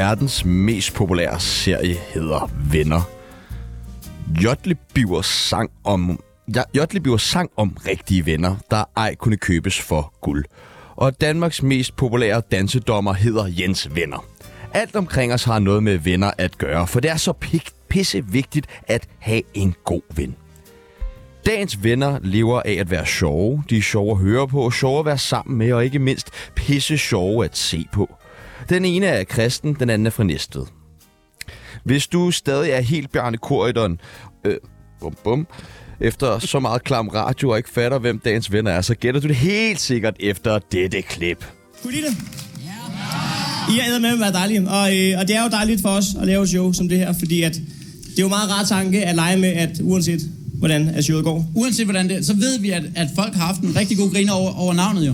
Verdens mest populære serie hedder Venner. Jodlebiver sang om rigtige venner, der ej kunne købes for guld. Og Danmarks mest populære dansedommer hedder Jens Venner. Alt omkring os har noget med venner at gøre, for det er så pisse vigtigt at have en god ven. Dagens venner lever af at være sjove. De er sjove at høre på, sjove at være sammen med, og ikke mindst pisse sjove at se på. Den ene er kristen, den anden er fra Næstved. Hvis du stadig er helt Bjarne Corydon, efter så meget klam radio og ikke fatter, hvem dagens venner er, så gætter du det helt sikkert efter dette klip. Kunne I det? I er med at være dejlige, og det er jo dejligt for os at lave et show som det her, fordi at det er jo meget rar tanke at lege med, at uanset hvordan at showet går. Uanset hvordan det, så ved vi, at folk har haft en rigtig god griner over navnet jo.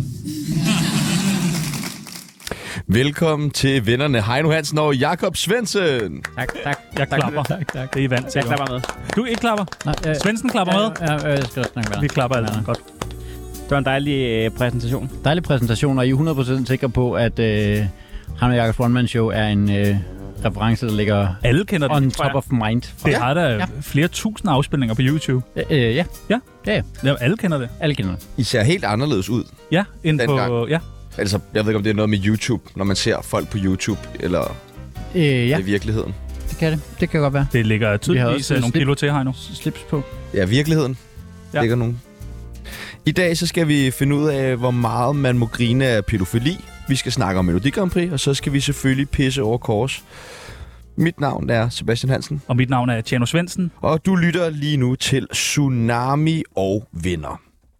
Velkommen til vennerne Heino Hansen og Jakob Svendsen. Tak. Jeg klapper. Tak. Det er I vant til. Jeg klapper med. Du ikke klapper? Nej. Svendsen klapper med? Ja, jeg skal også snakke med dig. Vi klapper alle. Godt. Det var en dejlig præsentation. Dejlig præsentation, og I er 100% sikre på, at han og Jakobs One Man Show er en reference, der ligger alle kender on det, top of mind. Det har der flere tusind afspilninger på YouTube. Ja. Alle kender det. Alle kender det. I ser helt anderledes ud. Ja, end på... Gang. Ja. Altså, jeg ved ikke, om det er noget med YouTube, når man ser folk på YouTube, eller i virkeligheden. Det kan det. Det kan godt være. Det ligger tydeligvis nogle kilo til, Heino. Slips på. Ja, virkeligheden. Ligger nogen. I dag så skal vi finde ud af, hvor meget man må grine af pædofili. Vi skal snakke om Melodi Grand Prix, og så skal vi selvfølgelig pisse over kors. Mit navn er Sebastian Hansen. Og mit navn er Tjano Svendsen. Og du lytter lige nu til Tsunami og Venner.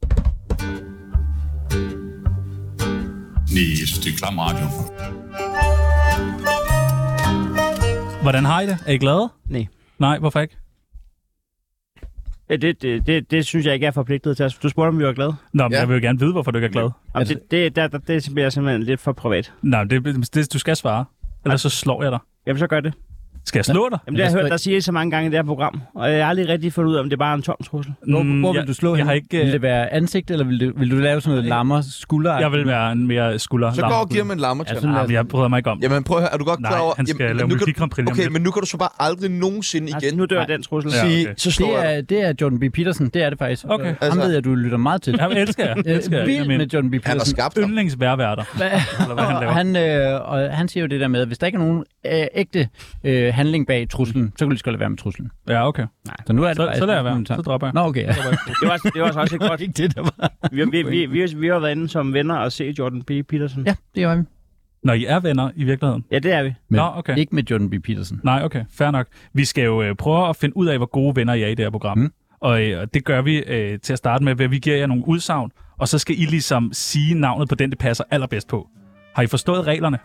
Nej, jeg synes, det er klam radio. Hvordan har I det? Er I glade? Nej, hvorfor ikke? Ja, det synes jeg ikke er forpligtet til. Du spurgte, om vi var glade. Nå, men jeg vil jo gerne vide, hvorfor du ikke er glad. Altså, det bliver simpelthen lidt for privat. Nej, du skal svare. Ellers så slår jeg dig. Jamen, så gør det. Skal jeg slå dig? Jamen, det har jeg hørt dig sige så mange gange i det her program, og jeg har aldrig rigtig fundet ud af, om det er bare en tom trussel. Hvor vil du slå hende? Vil det være ansigt, eller vil du lave sådan noget lammer skulder? Jeg vil være en mere skulder. Så går og giver mig en lammer til ham. Jeg bryder mig ikke om. Jamen prøv at høre, er du godt klar over... Nej, han skal lave Melodi Grand Prix. Okay, men nu kan du så bare aldrig nogensinde igen... Altså, nu dør den trussel. Så slår jeg. Det er Jordan B. Peterson, det er det faktisk. Okay. Ham ved jeg, at du lytter meget til. Jeg elsker jeg. Vild med Jordan B. Peterson. Han har skabt ham. Yndlingsværværter. Eller hvad han laver. Han siger jo det der med, at hvis der ikke er nogen ægte handling bag truslen, så kan du lige skal lade være med truslen. Ja, okay. Nej. Så nu er det så lader jeg være. Så dropper jeg. Nå, okay. Det var også ikke godt. Ikke det, der var. Vi har været inde som venner og se Jordan B. Peterson. Ja, det gør vi. Når I er venner i virkeligheden? Ja, det er vi. Men okay. Ikke med Jordan B. Peterson. Nej, okay. Fair nok. Vi skal jo prøve at finde ud af, hvor gode venner I er i det her program. Og det gør vi til at starte med, ved at vi giver jer nogle udsagn, og så skal I ligesom sige navnet på den, det passer allerbedst på. Har I forstået reglerne?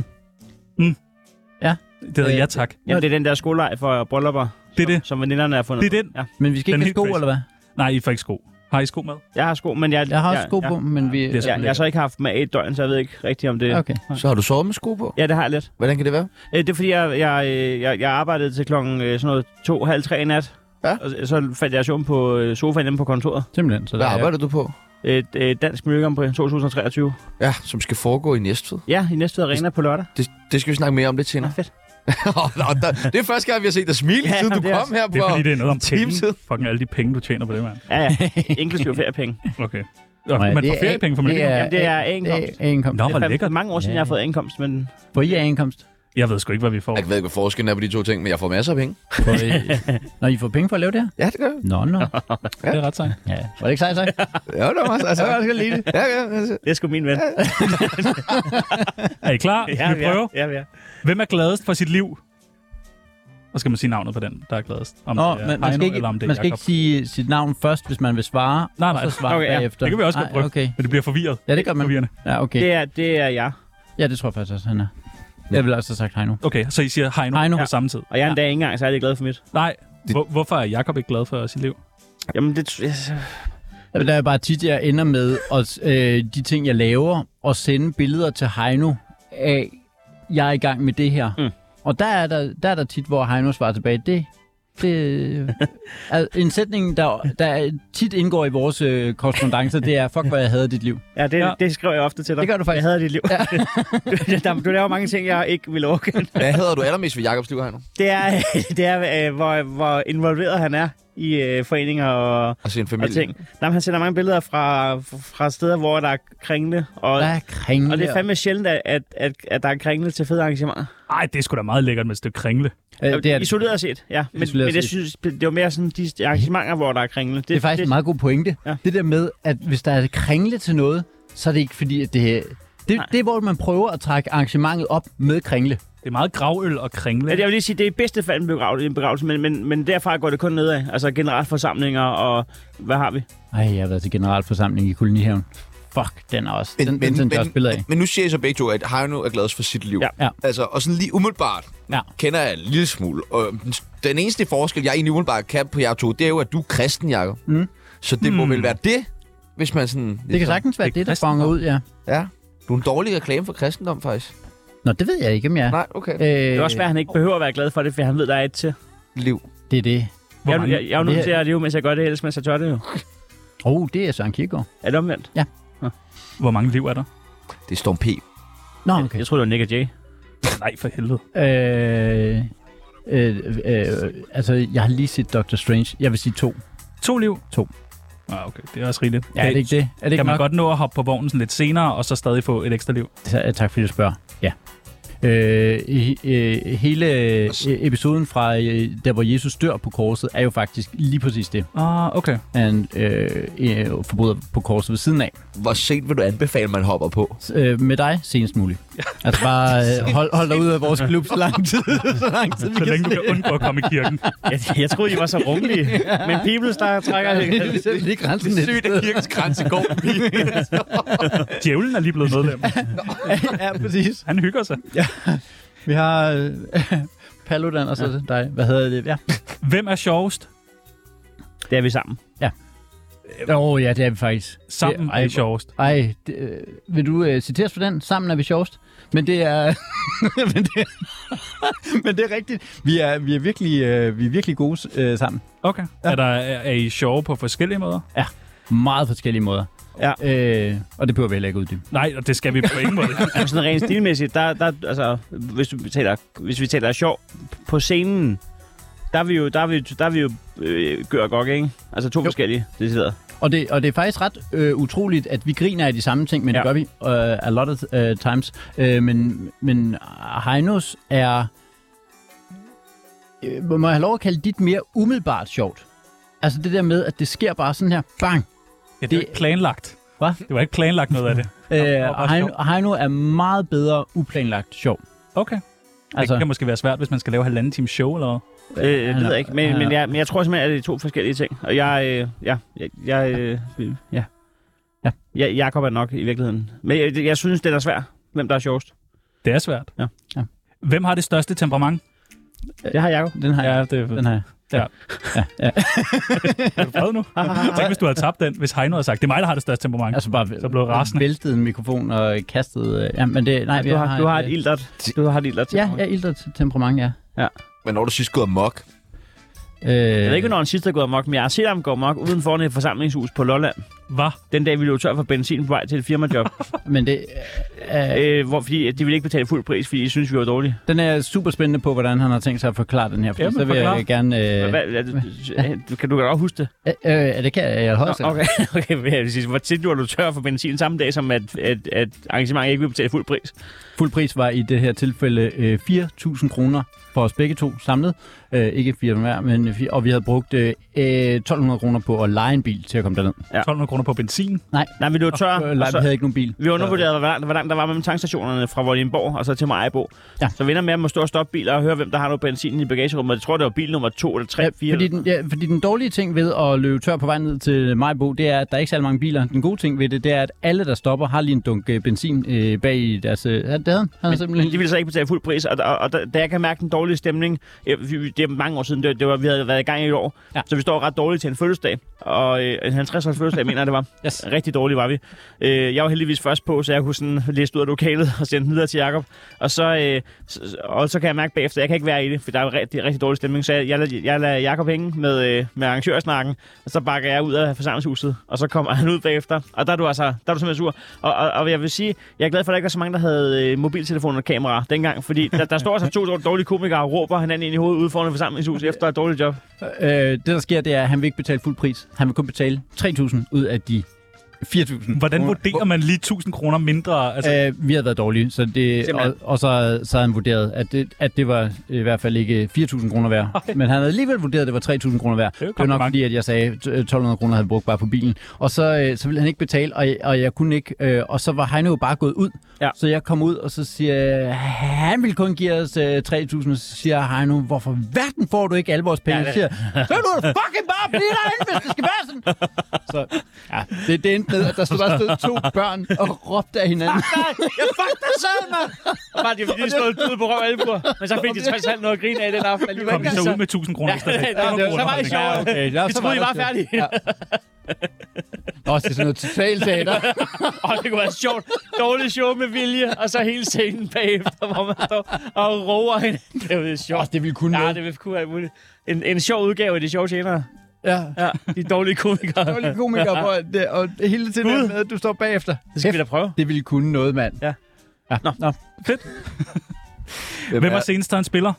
Ja. Det hedder ja tak. Ja, det er den der skoleleg for bryllupper, som veninderne har fundet. Det er den. Ja. Men vi skal ikke have sko, eller hvad? Nej, I får ikke sko. Har I sko med? Jeg har sko, men jeg har også sko på, men vi... Jeg har så ikke haft med et døgn, så jeg ved ikke rigtigt om det... Okay. Så har du sovet med sko på? Ja, det har jeg lidt. Hvordan kan det være? Det er fordi, jeg arbejdede til klokken sådan noget 2:30 i nat. Ja. Og så faldt jeg søvn på sofaen hjemme på kontoret. Simpelthen. Hvad arbejder du på? Et dansk Melodi Grand Prix 2023. Ja, som skal foregå i Næstved. Ja, i Næstved Arena på lørdag. Det skal vi snakke mere om lidt senere. Ja, fedt. Det er første gang, vi har set dig smile, siden du kom her på. Det er fordi, det er noget om penge. Fucking alle de penge, du tjener på det, mand. Ja, inklusive feriepenge. Okay. Man får feriepenge for Melodi Grand Prix? Det er A-indkomst. Nå, hvor lækkert. Mange år siden, jeg har fået A-indkomst, men... Får I A-indkomst? Jeg ved sgu ikke, hvad vi får. Jeg ved ikke, hvad forskellen er på de to ting, men jeg får masser af penge. Når I får penge for at lave det her? Ja, det gør vi. Nå. Det er ret sejt. Ja. Var det ikke sejt? Ja, det var meget sejt. Jeg skal lide det. Ja. Det er sgu min ven. Er I klar? Ja, vi prøver? Ja, vi er. Hvem er gladest for sit liv? Og skal man sige navnet på den, der er gladest? Man skal ikke sige sit navn først, hvis man vil svare. Nej. Og så svare bagefter. Det kan vi også godt prøve. Okay. Men det bliver forvirret. Ja, det gør man. Ja, okay. Det er jeg. Ja, det tror jeg faktisk også, han er. Jeg vil også have sagt Heino. Okay, så I siger Heino på samme tid. Og jeg er endda ikke engang særlig glad for mit. Nej. Hvorfor er Jakob ikke glad for sit liv? Jamen, der er bare tit, jeg ender med de ting, jeg laver, og sende billeder til Heino af, jeg er i gang med det her. Og der er der tit, hvor Heino svarer tilbage, det Det er en sætning, der tit indgår i vores korrespondance, det er, fuck, hvor jeg havde dit liv. Ja, det skriver jeg ofte til dig. Det gør du faktisk. Jeg havde dit liv. Ja. du laver mange ting, jeg ikke vil orke. Hvad hedder du allermest ved Jacobs liv her nu? Det er hvor involveret han er i foreninger og sin familie. Og ting. Nej, han sender mange billeder fra steder, hvor der er kringle. Og, der er kringle. Og det er fandme sjældent, at der er kringle til fede arrangementer. Ej, det er sgu da meget lækkert med et stykke kringle. Det er isoleret set, ja. Men jeg synes, det er jo mere sådan de arrangementer, hvor der er kringle. Det er faktisk en meget god pointe. Ja. Det der med, at hvis der er kringle til noget, så er det ikke fordi, at det er, hvor man prøver at trække arrangementet op med kringle. Det er meget gravøl og kringle. Ja, jeg vil lige sige, det er i bedste fald en begravelse, men derfra går det kun nedad. Altså generalforsamlinger og hvad har vi? Ej, jeg har været til generalforsamling i Kolonihaven. Fuck, den er også. Den også billeder af. Men nu siger jeg så begge to, at Heino er glad for sit liv. Ja. Altså, og sådan lige umiddelbart kender jeg en lille smule. Og den eneste forskel, jeg egentlig umiddelbart kan på jer to, det er jo, at du er kristen, Jacob. Så det må vel være det, hvis man sådan... Det kan sagtens være det, der fanger ud, ja. Ja. Du er en dårlig reklame for kristendom, faktisk. Nå, det ved jeg ikke, om jeg er. Nej, okay. Det er også svært, at han ikke behøver at være glad for det, for han ved, der er et til. Liv. Det er det. Jeg er jo nødt til at leve, mens jeg gør det, ellers mens jeg tør det jo. Det er Søren Kierkegaard. Er det omvendt? Ja. Hvor mange liv er der? Det er Storm P. Nå, okay. Jeg tror det var Nick og Jay. Nej, for helvede. Altså, jeg har lige set Dr. Strange. Jeg vil sige 2. 2 liv? 2. Ah, okay. Det er også rigeligt. Ja, er det ikke det? Er det ikke kan man nok? godt nå at hoppe på vognen sådan lidt senere, og så stadig få et ekstra liv? Tak fordi du spørger. Ja. Hele episoden fra der, hvor Jesus dør på korset, er jo faktisk lige præcis det. Okay. Han forbryder på korset ved siden af. Hvor sent vil du anbefale, man hopper på? Med dig senest muligt. Altså bare hold dig ud af vores klub så lang tid. Så længe du kan undgå at komme i kirken. Jeg troede, I var så rummelige. Men Peoples, der trækker lige grænsen lidt. Sygt, at kirkens grænse går. Djævlen er lige blevet medlem. Ja, præcis. Han hygger sig. Ja. Vi har Paludan og så dig. Hvad hedder det? Ja. Hvem er sjovest? Det er vi sammen. Ja. Ja, det er vi faktisk. Sammen er vi sjovest. Vil du citeres for den? Sammen er vi sjovest. Men det er... men det er rigtigt. Vi er virkelig gode sammen. Okay. Ja. Er I sjove på forskellige måder? Ja, meget forskellige måder. Ja. Og det behøver vi heller ikke uddybe. Nej, og det skal vi på ingen måde. Altså sådan rent stilmæssigt, altså, hvis vi taler sjov på scenen, der er vi jo gør og gok, ikke? Altså 2 forskellige decideret. Og det er faktisk ret utroligt, at vi griner af de samme ting, men det gør vi a lot of times. Men Heinos er... må jeg have lov at kalde dit mere umiddelbart sjovt? Altså det der med, at det sker bare sådan her, bang! Ja, det er ikke planlagt. Hvad? Det var ikke planlagt noget af det. Heino er meget bedre uplanlagt sjov. Okay. Altså, det kan måske være svært, hvis man skal lave 1,5 times show, eller hvad? Det ved jeg ikke, men jeg tror simpelthen, at det er 2 forskellige ting. Og Jakob er nok i virkeligheden. Men jeg synes, det er svært, hvem der er sjovest. Det er svært. Ja. Hvem har det største temperament? Det har Jakob. Den har jeg. Den har jeg. Ja. Har du prøvet nu? Tænk, hvis du havde tabt den, hvis Heino havde sagt, det er mig, der har det største temperament. Altså bare så blev rasende. Væltet en mikrofon og kastet... Ja, men det... Nej, du har et ildert. Du har et ildert temperament. Ja, ildert temperament, ja. Men når du sidst gået amok? Jeg ved ikke, når han sidst har gået amok, men jeg har set ham gå amok uden foran et forsamlingshus på Lolland. Hvad? Den dag, vi løb tør for benzin på vej til et firmajob. Men det... Fordi de ville ikke betale fuld pris, fordi de synes, vi var dårlige. Den er super spændende på, hvordan han har tænkt sig at forklare den her. Fordi så vil jeg gerne... Kan du godt huske det? Det kan jeg højst. Okay. Hvor tit du tør for benzin samme dag, som at arrangementet ikke vil betale fuld pris? Fuld pris var i det her tilfælde 4.000 kroner for os begge to samlet. Ikke 4 hver, men 4, og vi havde brugt 1.200 kroner på at leje en bil til at komme derned. Ja. 1.200 kroner på benzin? Nej, vi løb tør. Vi havde ikke nogen bil. Vi undervurderede, hvor langt der var mellem tankstationerne fra Vordingborg og så til Maribo. Ja. Så vi ender med at stå og stoppe biler og høre, hvem der har noget benzin i bagagerummet. Jeg tror, det var bil nummer 2 eller 3, 4. Fordi den dårlige ting ved at løbe tør på vej ned til Maribo, det er, at der er ikke særlig mange biler. Den gode ting ved det er, at alle, der stopper, har lige en dunk benzin bag deres... Det havde han simpelthen. De ville så ikke betale fuld pris, og da jeg kan mærke den dårlige stemning, det er mange år siden, vi havde været i gang i et år, så vi står ret dårligt til en fødselsdag, og en 50-års fødselsdag, mener jeg, det var. Yes. Rigtig dårligt var vi. Jeg var heldigvis først på, så jeg kunne sådan ud af lokalet og sende den videre til Jakob. Og så kan jeg mærke bagefter, at jeg kan ikke være i det, for der er jo rigtig dårlig stemning. Så jeg lader Jakob hænge med arrangørsnakken, og så bakker jeg ud af forsamlingshuset, og så kommer han ud bagefter. Og der er du simpelthen sur. Og jeg vil sige, jeg er glad for, at der ikke var så mange, der havde mobiltelefoner og kamera dengang, fordi der står altså 2 dårlige komikere og råber hinanden ind i hovedet ude foran et forsamlingshus efter et dårligt job. Det, der sker, det er, at han vil ikke betale fuld pris. Han vil kun betale 3.000 ud af de 4.000. Hvordan vurderer man lige 1.000 kroner mindre? Altså... Vi har været dårlige, så det, og så havde han vurderet, at det var i hvert fald ikke 4.000 kroner værd. Okay. Men han havde alligevel vurderet, at det var 3.000 kroner værd. Det var nok fordi, at jeg sagde, 1.200 kroner havde brugt bare på bilen. Og så ville han ikke betale, og jeg kunne ikke. Og så var Heino jo bare gået ud. Ja. Så jeg kom ud, og så siger han ville kun give os 3.000. Og så siger Heino, hvorfor verden får du ikke alle vores penge? Ja, siger, så er du fucking bare blive derinde, hvis det skal være sådan. Så ja, det endte med, at der stod 2 børn og råbte af hinanden. Fuck dig selv, mand! Og bare, de lige stået ud på røv og albuer. Men så fik de trods alt noget at grine af den aften. Kom de så ud med 1.000 kroner ekstra. Så var det sjovt. Vi troede, I var færdige. Også sådan noget totalt teater. Det kunne være sjovt. Dårligt show med vilje, og så hele scenen bagefter, hvor man står og roer hende. Det var sjovt. Det ville kunne det ville kunne være muligt. En sjov udgave af de sjove tjenere. Ja, de dårlige komikere. Dårlige komikere, og hele tiden med, at du står bagefter. Det skal vi da prøve. Det ville kunne noget, mand. Ja. Nå. Fedt. Hvem var senest, der en spiller?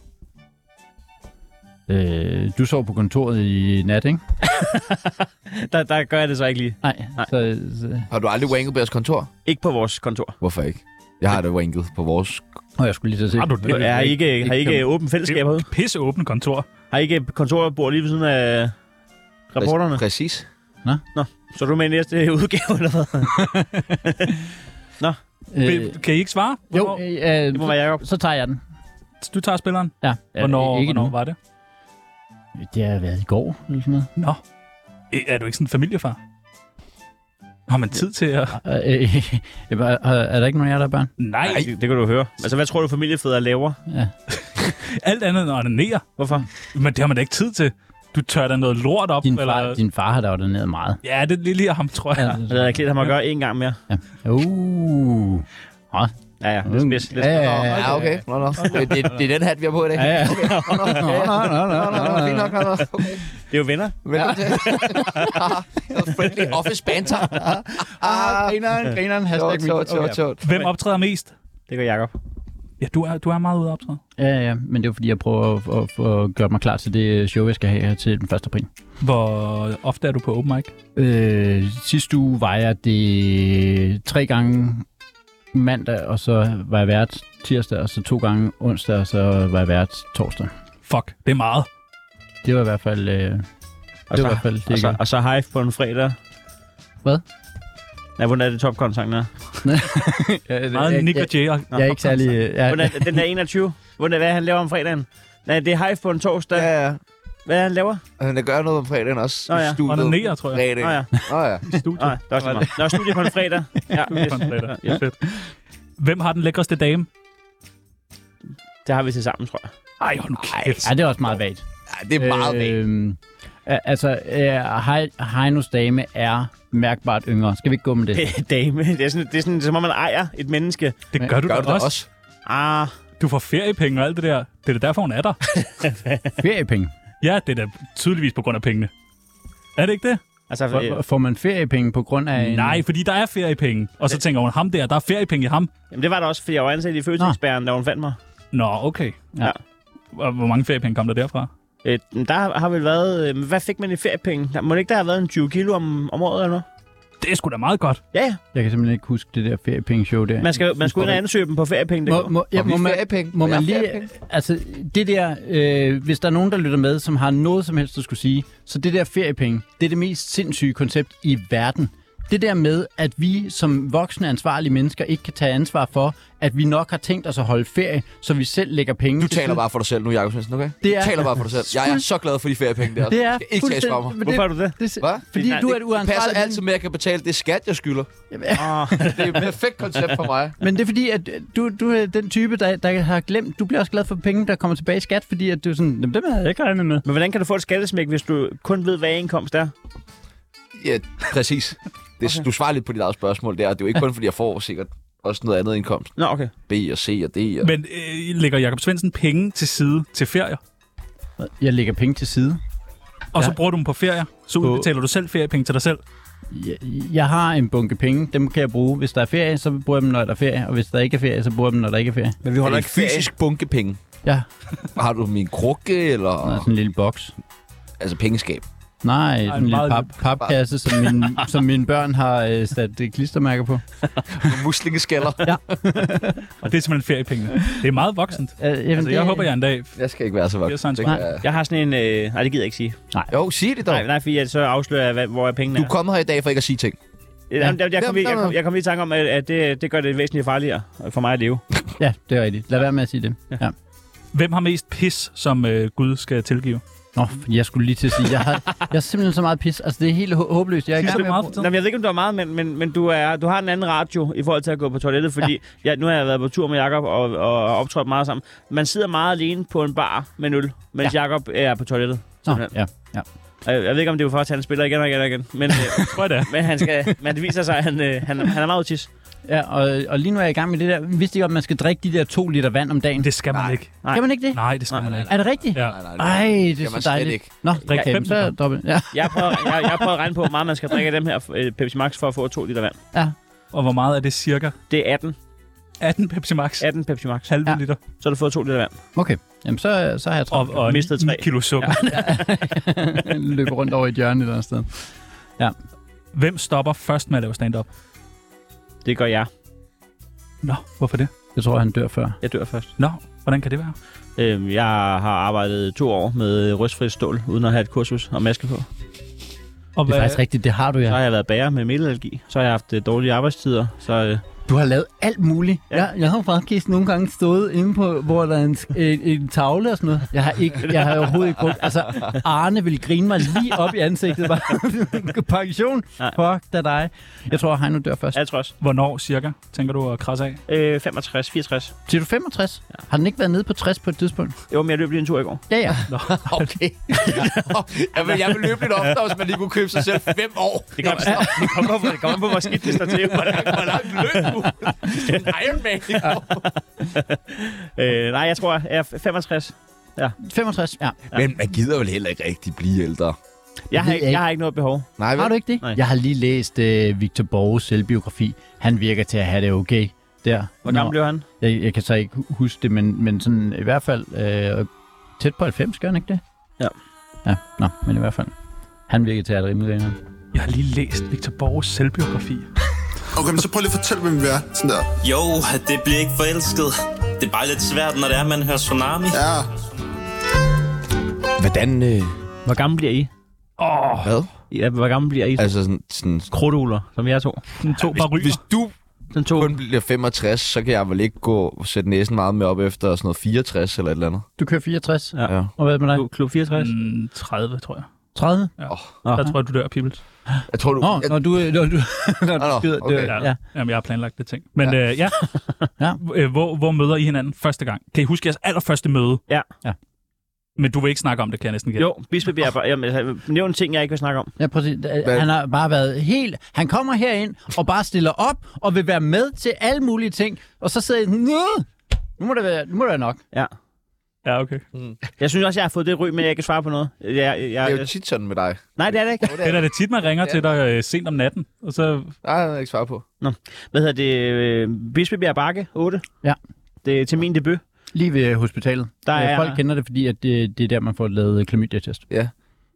Du sov på kontoret i nat, ikke? der gør jeg det så ikke lige. Nej. Så... Har du aldrig wanket på jeres kontor? Ikke på vores kontor. Hvorfor ikke? Jeg har det wanket på vores... Jeg skulle lige så se. Har du det? Har I ikke åbent fællesskab herude? Pisse åbent kontor. Har I ikke kontorbord lige ved siden af rapporterne? Præcis. Nå. Så er du med i næste udgave, eller hvad? Nå. Kan I ikke svare? Jo, det må være Jacob. Så tager jeg den. Du tager spilleren? Ja. Hvornår var det? Det har været i går, eller sådan noget. Nå. Er du ikke sådan en familiefar? Har man tid til at... Er der ikke nogen af jer, der er børn? Nej. Det kan du høre. Altså, hvad tror du, familiefædre laver? Ja. Alt andet end onanere. Hvorfor? Men det har man da ikke tid til. Du tør da noget lort op. Din far har da ordineret meget. Ja, det er lige ham, tror jeg. Det er klædt ham at gøre en gang mere. Ja. Ja. Ja, okay. Nå. Det er den hat, vi har på i dag. Ja. Fint nok. Det er jo venner. Velkommen til. Friendly office banter. Grineren. Hvem optræder mest? Det gør Jacob. Ja, du er meget ude at optræde. Ja, men det er jo fordi, jeg prøver at få gjort mig klar til det show, jeg skal have her til den 1. april. Hvor ofte er du på open mic? Sidste uge var jeg det 3 gange mandag, og så var jeg vært tirsdag, og så 2 gange onsdag, og så var jeg vært torsdag. Fuck, det er meget. Det var i hvert fald... Og så Hive på en fredag. Hvad? Ja, hvordan er det Topcon-sangen er? Meget Nick og Jay. Jeg er ikke særlig... Den der 21. Hvad er han laver om fredagen? Nej, det er Hive på en torsdag. Ja. Hvad er han laver? Han gør noget om fredagen også. Ja. Studiet. Onanerer, tror jeg. Ja. Studiet. Det er også meget. Nå, studie på en fredag. Ja, på en fredag. Ja, fedt. Hvem har den lækreste dame? Det har vi til sammen, tror jeg. Ej, hold nu kæft. Ja, det er også meget vagt. Ja, det er meget vagt. Heinos dame er mærkbart yngre. Skal vi ikke gå med det? Dame. Det er sådan, som om man ejer et menneske. Det gør du da også. Du får feriepenge og alt det der. Det er derfor, hun er der. Feriepenge? Ja, det er da tydeligvis på grund af pengene. Er det ikke det? Altså, får man feriepenge på grund af... Nej, fordi der er feriepenge. Og så tænker hun, ham der er feriepenge i ham. Jamen det var der også, fordi jeg var ansat i fødselsbæren, da hun fandt mig. Nå, okay. Ja. Hvor mange feriepenge kom der derfra? Der har vel været... Hvad fik man i feriepenge? Må det ikke der have været en 20 kilo om året eller noget? Det er sgu da meget godt. Ja. Jeg kan simpelthen ikke huske det der feriepengeshow der. Man skal ud og ansøge dem på feriepenge. Må man lige... Altså, det der... hvis der er nogen, der lytter med, som har noget som helst at skulle sige, så det der feriepenge, det er det mest sindssyge koncept i verden. Det der med, at vi som voksne ansvarlige mennesker ikke kan tage ansvar for, at vi nok har tænkt os at holde ferie, så vi selv lægger penge. Du taler bare for dig selv nu, Jacob Svendsen, okay? Du taler bare for dig selv. Jeg er så glad for de feriepenge der. Det er ikke tages fra mig. Hvorfor er du det? Hvad? Fordi du er et uansvarligt... Det passer altid med, at jeg kan betale det skat, jeg skylder. Det er et perfekt koncept for mig. Men det er fordi, at du er den type, der har glemt... Du bliver også glad for penge, der kommer tilbage i skat, fordi at du er sådan... Dem har jeg ikke regnet med. Men hvordan kan du få et skattesmæk, hvis du kun ved, hvad indkomst er? Ja, præcis. Du svarer lidt på dit eget spørgsmål der. Det er jo ikke kun, fordi jeg får sikkert også noget andet indkomst. Nå, okay. B og C og D. Og... Men lægger Jakob Svendsen penge til side til ferier? Jeg lægger penge til side. Og så bruger du dem på ferier? Så udbetaler du selv feriepenge til dig selv? Jeg har en bunke penge. Dem kan jeg bruge. Hvis der er ferie, så bruger jeg dem, når der er ferie. Og hvis der ikke er ferie, så bruger jeg dem, når der ikke er ferie. Men vi holder ikke fysisk bunkepenge. Ja. Har du min krukke, eller... Nej, sådan en lille boks. Altså pengeskab. Nej, sådan en lille papkasse, som mine børn har sat klistermærker på. Muslingeskaller. Ja. Og det er simpelthen feriepengene. Det er meget voksent. Jeg håber, jeg en dag... Jeg skal ikke være så voksen. Jeg har sådan en... nej, det gider jeg ikke sige. Nej. Jo, sig det dog. Nej, fordi så afslører jeg, hvor pengene er. Du kommer her i dag for ikke at sige ting. Jeg kom lige i tanke om, at det gør det væsentligt farligere for mig at leve. Ja, det er rigtigt. Lad være med at sige det. Ja. Hvem har mest pis, som Gud skal tilgive? Jeg skulle lige til at sige, jeg har simpelthen så meget pis. Altså, det er helt håbløst. Jeg ved ikke, om du har meget, men du har en anden radio i forhold til at gå på toilettet, fordi nu har jeg været på tur med Jakob og optrådt meget sammen. Man sidder meget alene på en bar med øl, mens Jakob er på toilettet. Ja. Jeg ved ikke, om det er for, at han spiller igen og igen. Men, men det viser sig, at han er meget utis. Ja, og lige nu er jeg i gang med det der. Vidste I, at man skal drikke de der 2 liter vand om dagen? Det skal man ikke. Skal man ikke det? Nej, det skal man ikke. Er det rigtigt? Ja. Ej, det er så dejligt. Ikke. Nå, drik 5, så dobbelt. Ja. Jeg prøver at regne på, hvor meget man skal drikke af dem her Pepsi Max for at få 2 liter vand. Ja. Og hvor meget er det cirka? Det er 18. 18 Pepsi Max? 18 Pepsi Max. Halv liter. Så har du fået 2 liter vand. Okay. Jamen, så har jeg travlt. Og mistet 3 kilo sukker. Ja. Løber rundt over et hjørne et eller andet sted. Ja. Hvem stopper først med at lave stand-up? Det gør jeg. Nå, hvorfor det? Jeg tror, han dør før. Jeg dør først. Nå, hvordan kan det være? Jeg har arbejdet 2 år med rustfrit stål, uden at have et kursus og maske på. Og det er faktisk rigtigt, det har du, ja. Så har jeg været bager med melallergi. Så har jeg haft dårlige arbejdstider. Så, Du har lavet alt muligt. Ja. Jeg har faktisk nogle gange stået inde på, hvor der er en tavle og sådan noget. Jeg har overhovedet ikke brugt... Altså, Arne ville grine mig lige op i ansigtet. Bare, pension? Fuck da dig. Jeg tror, Heino dør først. Jeg tror også. Hvornår cirka, tænker du at krasse af? 65, 64. Siger du 65? Ja. Har den ikke været nede på 60 på et tidspunkt? Jo, men jeg løb lige en tur i går. Ja. Okay. Jeg vil løbe lidt oftere, hvis man lige kunne købe sig selv 5 år. Det kommer på, hvor skidt det står til. Hvor langt løb du? Iron Man. Nej, jeg tror, jeg er 65. Ja. 65, ja. Men man gider vel heller ikke rigtig blive ældre. Jeg har ikke noget behov. Nej, har du ikke det? Nej. Jeg har lige læst Victor Borges selvbiografi. Han virker til at have det okay der. Hvor gammel blev han? Jeg kan så ikke huske det, men sådan i hvert fald tæt på 90, gør han ikke det? Ja, men i hvert fald. Han virker til at have det rimelig længere. Jeg har lige læst Victor Borges selvbiografi. Okay, men så prøv lige at fortælle, hvem vi er. Sådan der. Jo, det bliver ikke forelsket. Det er bare lidt svært, når det er, man hører Tsunami. Ja. Hvordan... Hvor gammel bliver I? Hvad? Ja, hvor gammel bliver I? Altså sådan krudtugler, som jeg to. Hvis du kun bliver 65, så kan jeg vel ikke gå og sætte næsen meget med op efter sådan noget 64 eller et eller andet. Du kører 64? Ja. Og hvad med dig? Klub 64? 30, tror jeg. 30? Ja. Der tror jeg, du dør, Pibels. Jeg tror, du... Når du skyder... Okay. Ja. Jamen, jeg har planlagt det ting. Men hvor møder I hinanden første gang? Kan I huske jeres allerførste møde? Ja. Men du vil ikke snakke om det, kan jeg næsten gætte. Jo, Bispebjerg. Nævn ting, jeg ikke vil snakke om. Ja, præcis. Han har bare været helt... Han kommer herind og bare stiller op og vil være med til alle mulige ting. Og så sidder jeg... Nu må det være nok. Ja. Ja, okay. Jeg synes også, jeg har fået det ry, men jeg kan svare på noget. Det er jo tit sådan med dig. Nej, det er det ikke. Det er det tit, man ringer til dig sent om natten. Og så... Nej, det er ikke svare på. Nå. Hvad hedder det? Bispebjerg Bakke 8. Ja. Det er til min debut. Lige ved hospitalet. Folk kender det, fordi at det er der, man får lavet klamydia-test. Ja.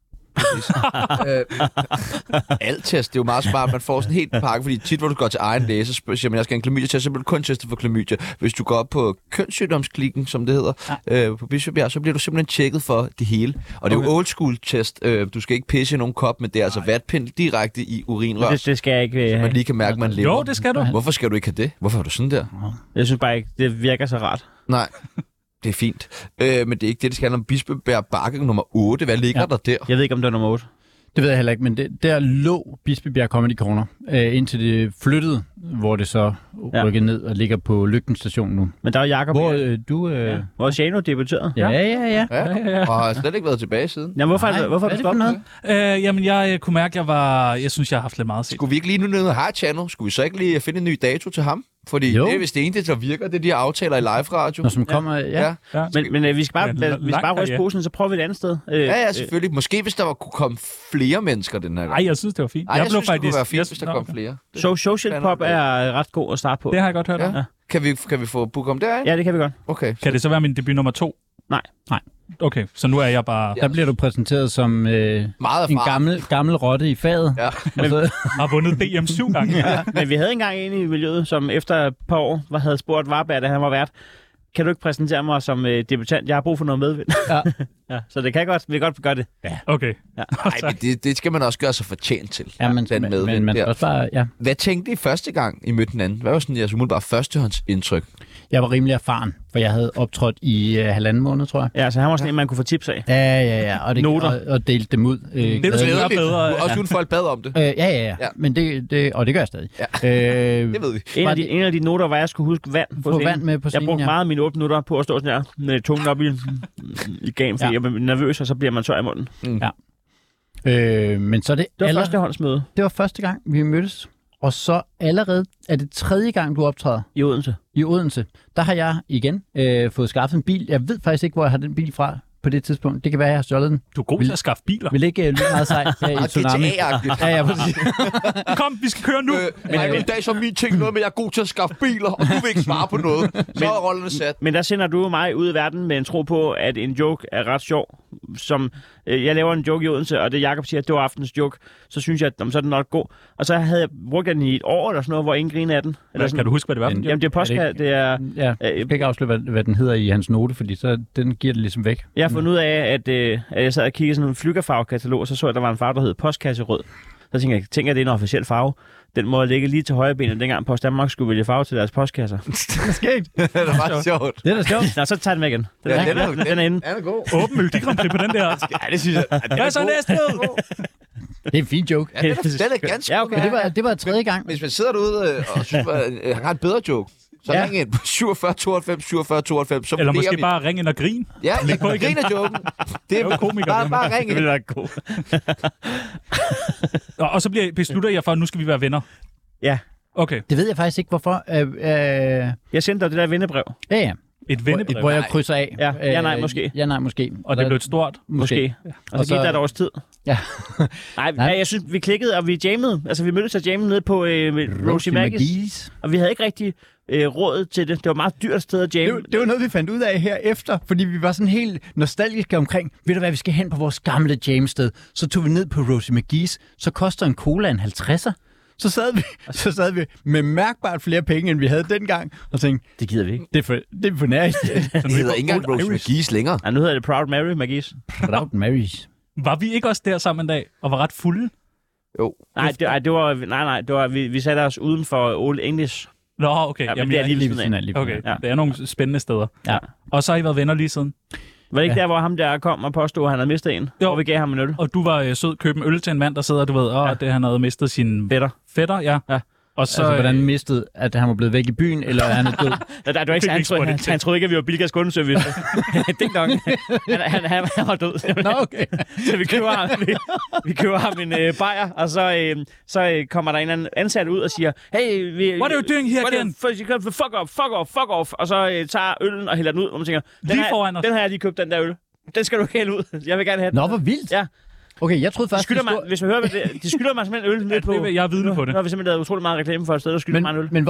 Alt-test, det er jo meget smart. Man får sådan en helt pakke, fordi tit, hvor du går til egen læge, så siger man, jeg skal have en klamydia-test, så bliver du kun testet for klamydia. Hvis du går op på kønssygdomsklikken, som det hedder, på Bispebjerg, så bliver du simpelthen tjekket for det hele. Og det er jo old school test. Du skal ikke pisse i nogen kop, men det er altså vatpind direkte i urinrør. Det skal jeg ikke. Så man lige kan mærke, man lever. Jo, det skal du. Hvorfor skal du ikke have det? Hvorfor er du sådan der? Jeg synes bare ikke, det virker så rart. Nej. Det er fint. Men det er ikke det skal handle om. Bispebjerg Bakke nummer 8. Hvad ligger der der? Jeg ved ikke, om det er nummer 8. Det ved jeg heller ikke, men der lå Bispebjerg Comedy Corner, indtil det flyttede, hvor det så rykkede ned og ligger på Lygten station nu. Men der er Jakob. Hvor Shano debuterede. Ja. Og har slet ikke været tilbage siden. Jamen, hvorfor er du stoppet? Jamen, jeg kunne mærke, jeg synes, jeg har haft lidt meget set. Skulle vi ikke lige nu ned og have Chano? Skulle vi så ikke lige finde en ny dato til ham? Fordi det er vist det eneste, der virker, det er de her aftaler i live-radio. Når som kommer, ja. Men vi skal bare ryste posen, så prøver vi et andet sted. Ja, selvfølgelig. Måske hvis der kunne komme flere mennesker den her gang. Nej, jeg synes, det var fint. Jeg synes, det kunne være fint, hvis der kom flere. Social pop er ret god at starte på. Det har jeg godt hørt om. Ja. Kan vi få book om det, ikke? Ja, det kan vi godt. Okay. Kan det så være min debut nummer 2? Nej. Okay, så nu er jeg bare... Der bliver du præsenteret som en gammel rotte i faget. Ja. Har vundet DM 7 gange. Ja. Men vi havde engang en i miljøet, som efter et par år havde spurgt Varberg, da han var vært, kan du ikke præsentere mig som debutant? Jeg har brug for noget medvind. Ja. Så det kan godt, vi kan godt gøre det. Ja. Okay. Ja. Nej, men det skal man også gøre sig fortjent til. Ja, men også bare, ja. Hvad tænkte I første gang, I mødte hinanden? Hvad var sådan jeres umiddelbart førstehåndsindtryk? Jeg var rimelig erfaren, for jeg havde optrådt i 1,5 måned, tror jeg. Ja, så han var sådan en, man kunne få tips af. Ja. Og delte dem ud. Det er du sikkert bedre. Også uden folk bad om det. Ja. Men det gør jeg stadig. Ja. Det ved vi. En af de noter var, at jeg skulle huske vand på scenen. Vand med på scenen, jeg brugte meget mine 8 minutter på at stå sådan her med tungen op i gamen, fordi jeg var nervøs, og så bliver man tør i munden. Ja. Men så det var førstehåndsmøde. Det var første gang, vi mødtes. Og så allerede er det 3. gang, du optræder. I Odense. Der har jeg igen fået skaffet en bil. Jeg ved faktisk ikke, hvor jeg har den bil fra på det tidspunkt. Det kan være, jeg har stjålet den. Du er god til at skaffe biler. Vil ikke lyde meget sej her i Tsunami. Ja, præcis. Kom, vi skal køre nu. Men en dag så min ting noget med, at jeg er god til at skaffe biler, og du vil ikke svare på noget. Så er rollerne sat. Men der sender du mig ud i verden med en tro på, at en joke er ret sjov. Som jeg laver en joke i Odense, og det Jakob siger, at det var aftens joke, så synes jeg, at så er den nok god. Og så havde jeg brugt den i et år eller sådan noget, hvor ingen griner af den. Eller sådan. Kan du huske, hvad det var? Jamen, det er podcast. Det er... Ja, jeg skal ikke afsløre, hvad den hedder i hans note, fordi så den giver det ligesom væk. Jeg har fundet ud af, at jeg sad og kiggede sådan en flyggerfarvekatalog, og så jeg, at der var en farve, der hed postkasserød. Så tænkte jeg, at det er en officiel farve. Den må ligge lige til højre benet, dengang Post Danmark skulle vælge farve til deres postkasser. Det er skægt. Det er ret sjovt. Det er da sjovt. Nå, så tager den med igen. Den er inde. Den er god. Åben Melodi Grand Prix på den der. Ja, det synes jeg. Hvad er så næste? Det er en fin joke. Ja, den er ganske okay. Det var 3. gang. Hvis man sidder derude og synes, at han har en bedre joke, så ring ind på 47 92 47 92. Så eller måske vi. bare ring ind og grin. Ja, grin af joken. Det er jo komiker. Bare ring ind. Det vil være god. Og så beslutter jeg for, at nu skal vi være venner. Ja. Okay. Det ved jeg faktisk ikke, hvorfor. Jeg sendte dig det der vennebrev. Ja. Et vennebrev? Hvor jeg krydser af. Ja, nej, måske. Ja, nej, måske. Og det blev et stort? Måske. Og så gik der et års tid. Ja. Nej, jeg synes, vi klikkede, og vi jammede. Altså, vi mødtes og jammede nede på Rosie Maggis. Og vi havde ikke rigtig råd til det. Det var meget dyrt sted at jamme. Det var noget, vi fandt ud af her efter, fordi vi var sådan helt nostalgiske omkring, ved du hvad, vi skal hen på vores gamle jammested. Så tog vi ned på Rosie Maggis, så koster en cola en 50'er. Så sad vi med mærkbart flere penge, end vi havde dengang, og tænkte, det gider vi ikke. Det er for nærmest. Det hedder ikke engang Rosie Maggis længere. Ja, nu hedder det Proud Mary Maggis. Proud Marys. Var vi ikke også der sammen en dag, og var ret fulde? Jo. Nej, det var vi satte os uden for Old English. Nå, okay. Ja, det er lige ved siden af. Okay, ja. Det er nogle spændende steder. Ja. Og så har I været venner lige siden? Var det ikke der, hvor ham der kom og påstod, at han havde mistet en? Jo. Og vi gav ham en øl. Og du var sød købe en øl til en mand, der sidder, du ved, det han havde mistet sin fætter, ja. Og så, altså, hvordan mistede, at han var blevet væk i byen, eller er han død? Det var ikke, han troede ikke, at vi var Bilkas kundeservice. Ding dong. Han var død. Nå, okay. Så vi køber ham en bajer, og så kommer der en anden ansat ud og siger, hey, what are you doing here again? Fuck off. Og så tager øllen og hælder den ud, og man tænker, den har jeg lige købt, den der øl. Den skal du ikke hælde ud. Jeg vil gerne have den. Nå, hvor vildt. Ja. Okay, jeg troede faktisk... Hvis man hører det, de skylder mig simpelthen øl ned på... Jeg er vidne på det. Nu har vi simpelthen lavet utrolig meget reklame for et sted, der skylder mig en øl. Men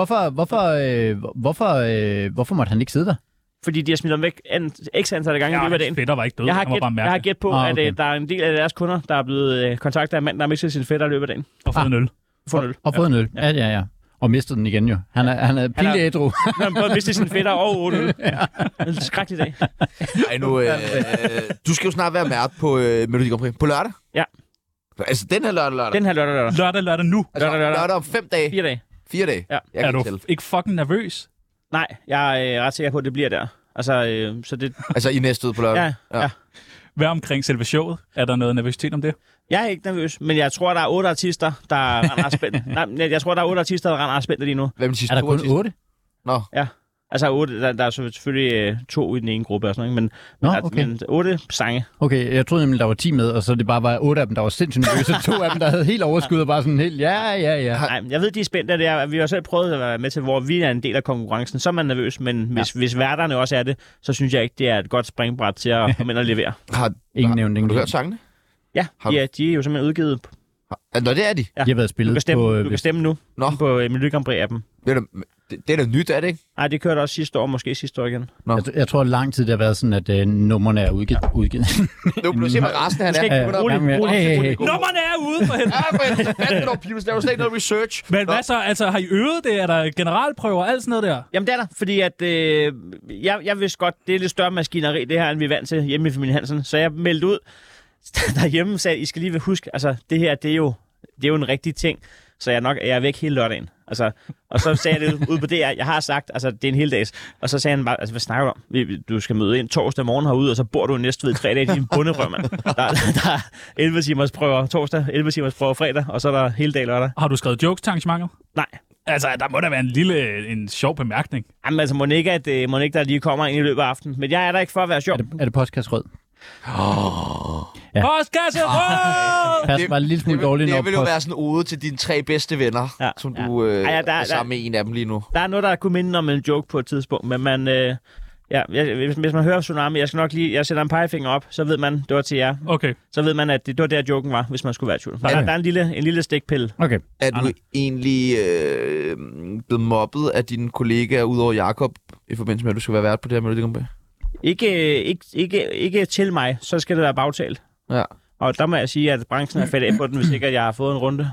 hvorfor måtte han ikke sidde der? Fordi de har smidt ham væk x antal gange i løbet af dagen. Fætter var ikke død. Jeg har gæt på, at der er en del af deres kunder, der er blevet kontaktet af en mand, der har mistet sin fætter i løbet af dagen. Og fået en øl. Og fået en øl. Ja. Og mistet den igen jo. Han er pinlig ædru. Han har både mistet sin fætter og 8 øl. En skrækkelig dag. Ej, nu, du skal jo snart være vært på Melodi Grand Prix. På lørdag? Ja. Altså den her lørdag? Den her lørdag. Lørdag nu? Altså, lørdag om 5 dage? 4 dage. 4 dage? Ja. Er du ikke fucking nervøs? Nej, jeg er ret sikker på, at det bliver der. Så det... Altså i næste uge på lørdag? Ja. Hvad omkring selve showet? Er der noget nervøsitet om det? Jeg er ikke nervøs, men jeg tror, der er 8 artister, der render spændt. Nej, jeg tror, der er 8 artister, der render spændt lige nu. Hvem de sidste er der kun 8? Nå. Ja. Altså 8, der er selvfølgelig 2 i den ene gruppe og sådan noget, men 8 sange. Okay, jeg troede nemlig, der var 10 med, og så det bare var 8 af dem, der var sindssygt nervøse, 2 af dem, der havde helt overskud og bare sådan helt, ja. Nej, jeg ved, de er spændte, vi har selv prøvet at være med til, hvor vi er en del af konkurrencen, så er man nervøs, men hvis værterne også er det, så synes jeg ikke, det er et godt springbræt til at komme ind og levere. Ingen Har du hørt sangene? Ja, de er jo simpelthen udgivet. Nå, det er de. Ja. De har været spillet du kan stemme nu på Melodi Grand Prix-appen. Det er da nyt, er det ikke? Nej, det kørte også sidste år, måske sidste år igen. Jeg tror, lang tid det har været sådan, at numrene er udgivet. Nu kan du se, hvad resten han er. Nummerne er ude for helvede. Der er jo slet ikke noget research. Men hvad så? Altså, har I øvet det? Er der generalprøver og alt sådan noget der? Jamen, det er der, fordi at jeg vidste godt, det er lidt større maskineri, det her, end vi er vant til hjemme i familien Hansen. Så jeg meldte ud derhjemme, sagde, I skal lige huske, altså, det her, det er jo en rigtig ting. Så jeg er væk hele lørdagen. Altså, og så sagde jeg det ud på det, jeg har sagt, altså det er en hel dags. Og så sagde han bare, altså hvad snakker du om? Du skal møde ind torsdag morgen herude, og så bor du næste ved 3 dage i din bunderøv, mand. Der er 11 timers prøver torsdag, 11 timers prøver fredag, og så er der hele dag lørdag. Har du skrevet jokes til arrangementet? Nej. Altså, der må da være en sjov bemærkning. Jamen altså, må ikke, der lige kommer ind i løbet af aftenen. Men jeg er der ikke for at være sjov. Er det postkasserød? Ja. Postkasserød! Pas bare en lille smule dårligt. Det vil jo være sådan ode til dine 3 bedste venner, som du er sammen med en af dem lige nu. Der er noget, der kunne minde om en joke på et tidspunkt, men man... hvis man hører Tsunami, jeg sætter en pegefinger op, så ved man, det var til jer. Okay. Så ved man, at det var der joken var, hvis man skulle være i tvivl. Der er en lille stikpille. Okay. Er du egentlig blevet mobbet af dine kollegaer, udover Jakob, i forbindelse med, at du skal være vært på det her Melodi Grand Prix? Ikke til mig, så skal det være bagtalt. Ja. Og der må jeg sige, at branchen er faldet af på den, hvis ikke at jeg har fået en runde.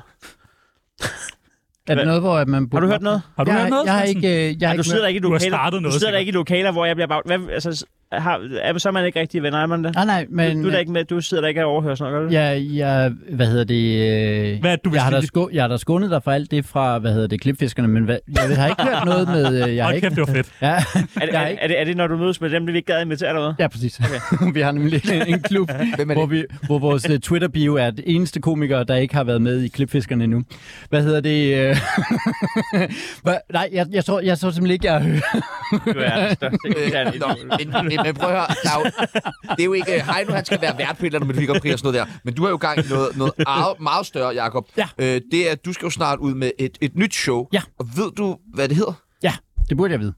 Er det noget, hvor man... Har du hørt noget? Har du hørt noget? Jeg har ikke... Du sidder der ikke i lokaler, du sidder der ikke i lokaler, hvor jeg bliver bag... så er man ikke rigtig venner, er man det? Nej, men... Du er der ikke med, du sidder der ikke og overhører sådan noget, gør du? Hvad hedder det... Hvad du vil jeg har da skånet dig for alt det fra, klipfiskerne, men jeg har ikke hørt noget med... Kæft, det var fedt. Ja, er det, når du mødes med dem, vi ikke gad invitere dig med? Ja, præcis. Okay. Vi har nemlig en klub, hvor vores Twitter-bio er det eneste komiker, der ikke har været med i klipfiskerne endnu. Hvad hedder det... Nej, jeg tror simpelthen ikke, jeg har hørt. Du er den største. Men prøv at høre, det er jo ikke Heino, han skal være vært på et eller andet Melodi Grand Prix og sådan noget der. Men du har jo gang i noget meget større, Jakob. Ja. Det er, at du skal jo snart ud med et nyt show. Ja. Og ved du, hvad det hedder? Ja, det burde jeg vide.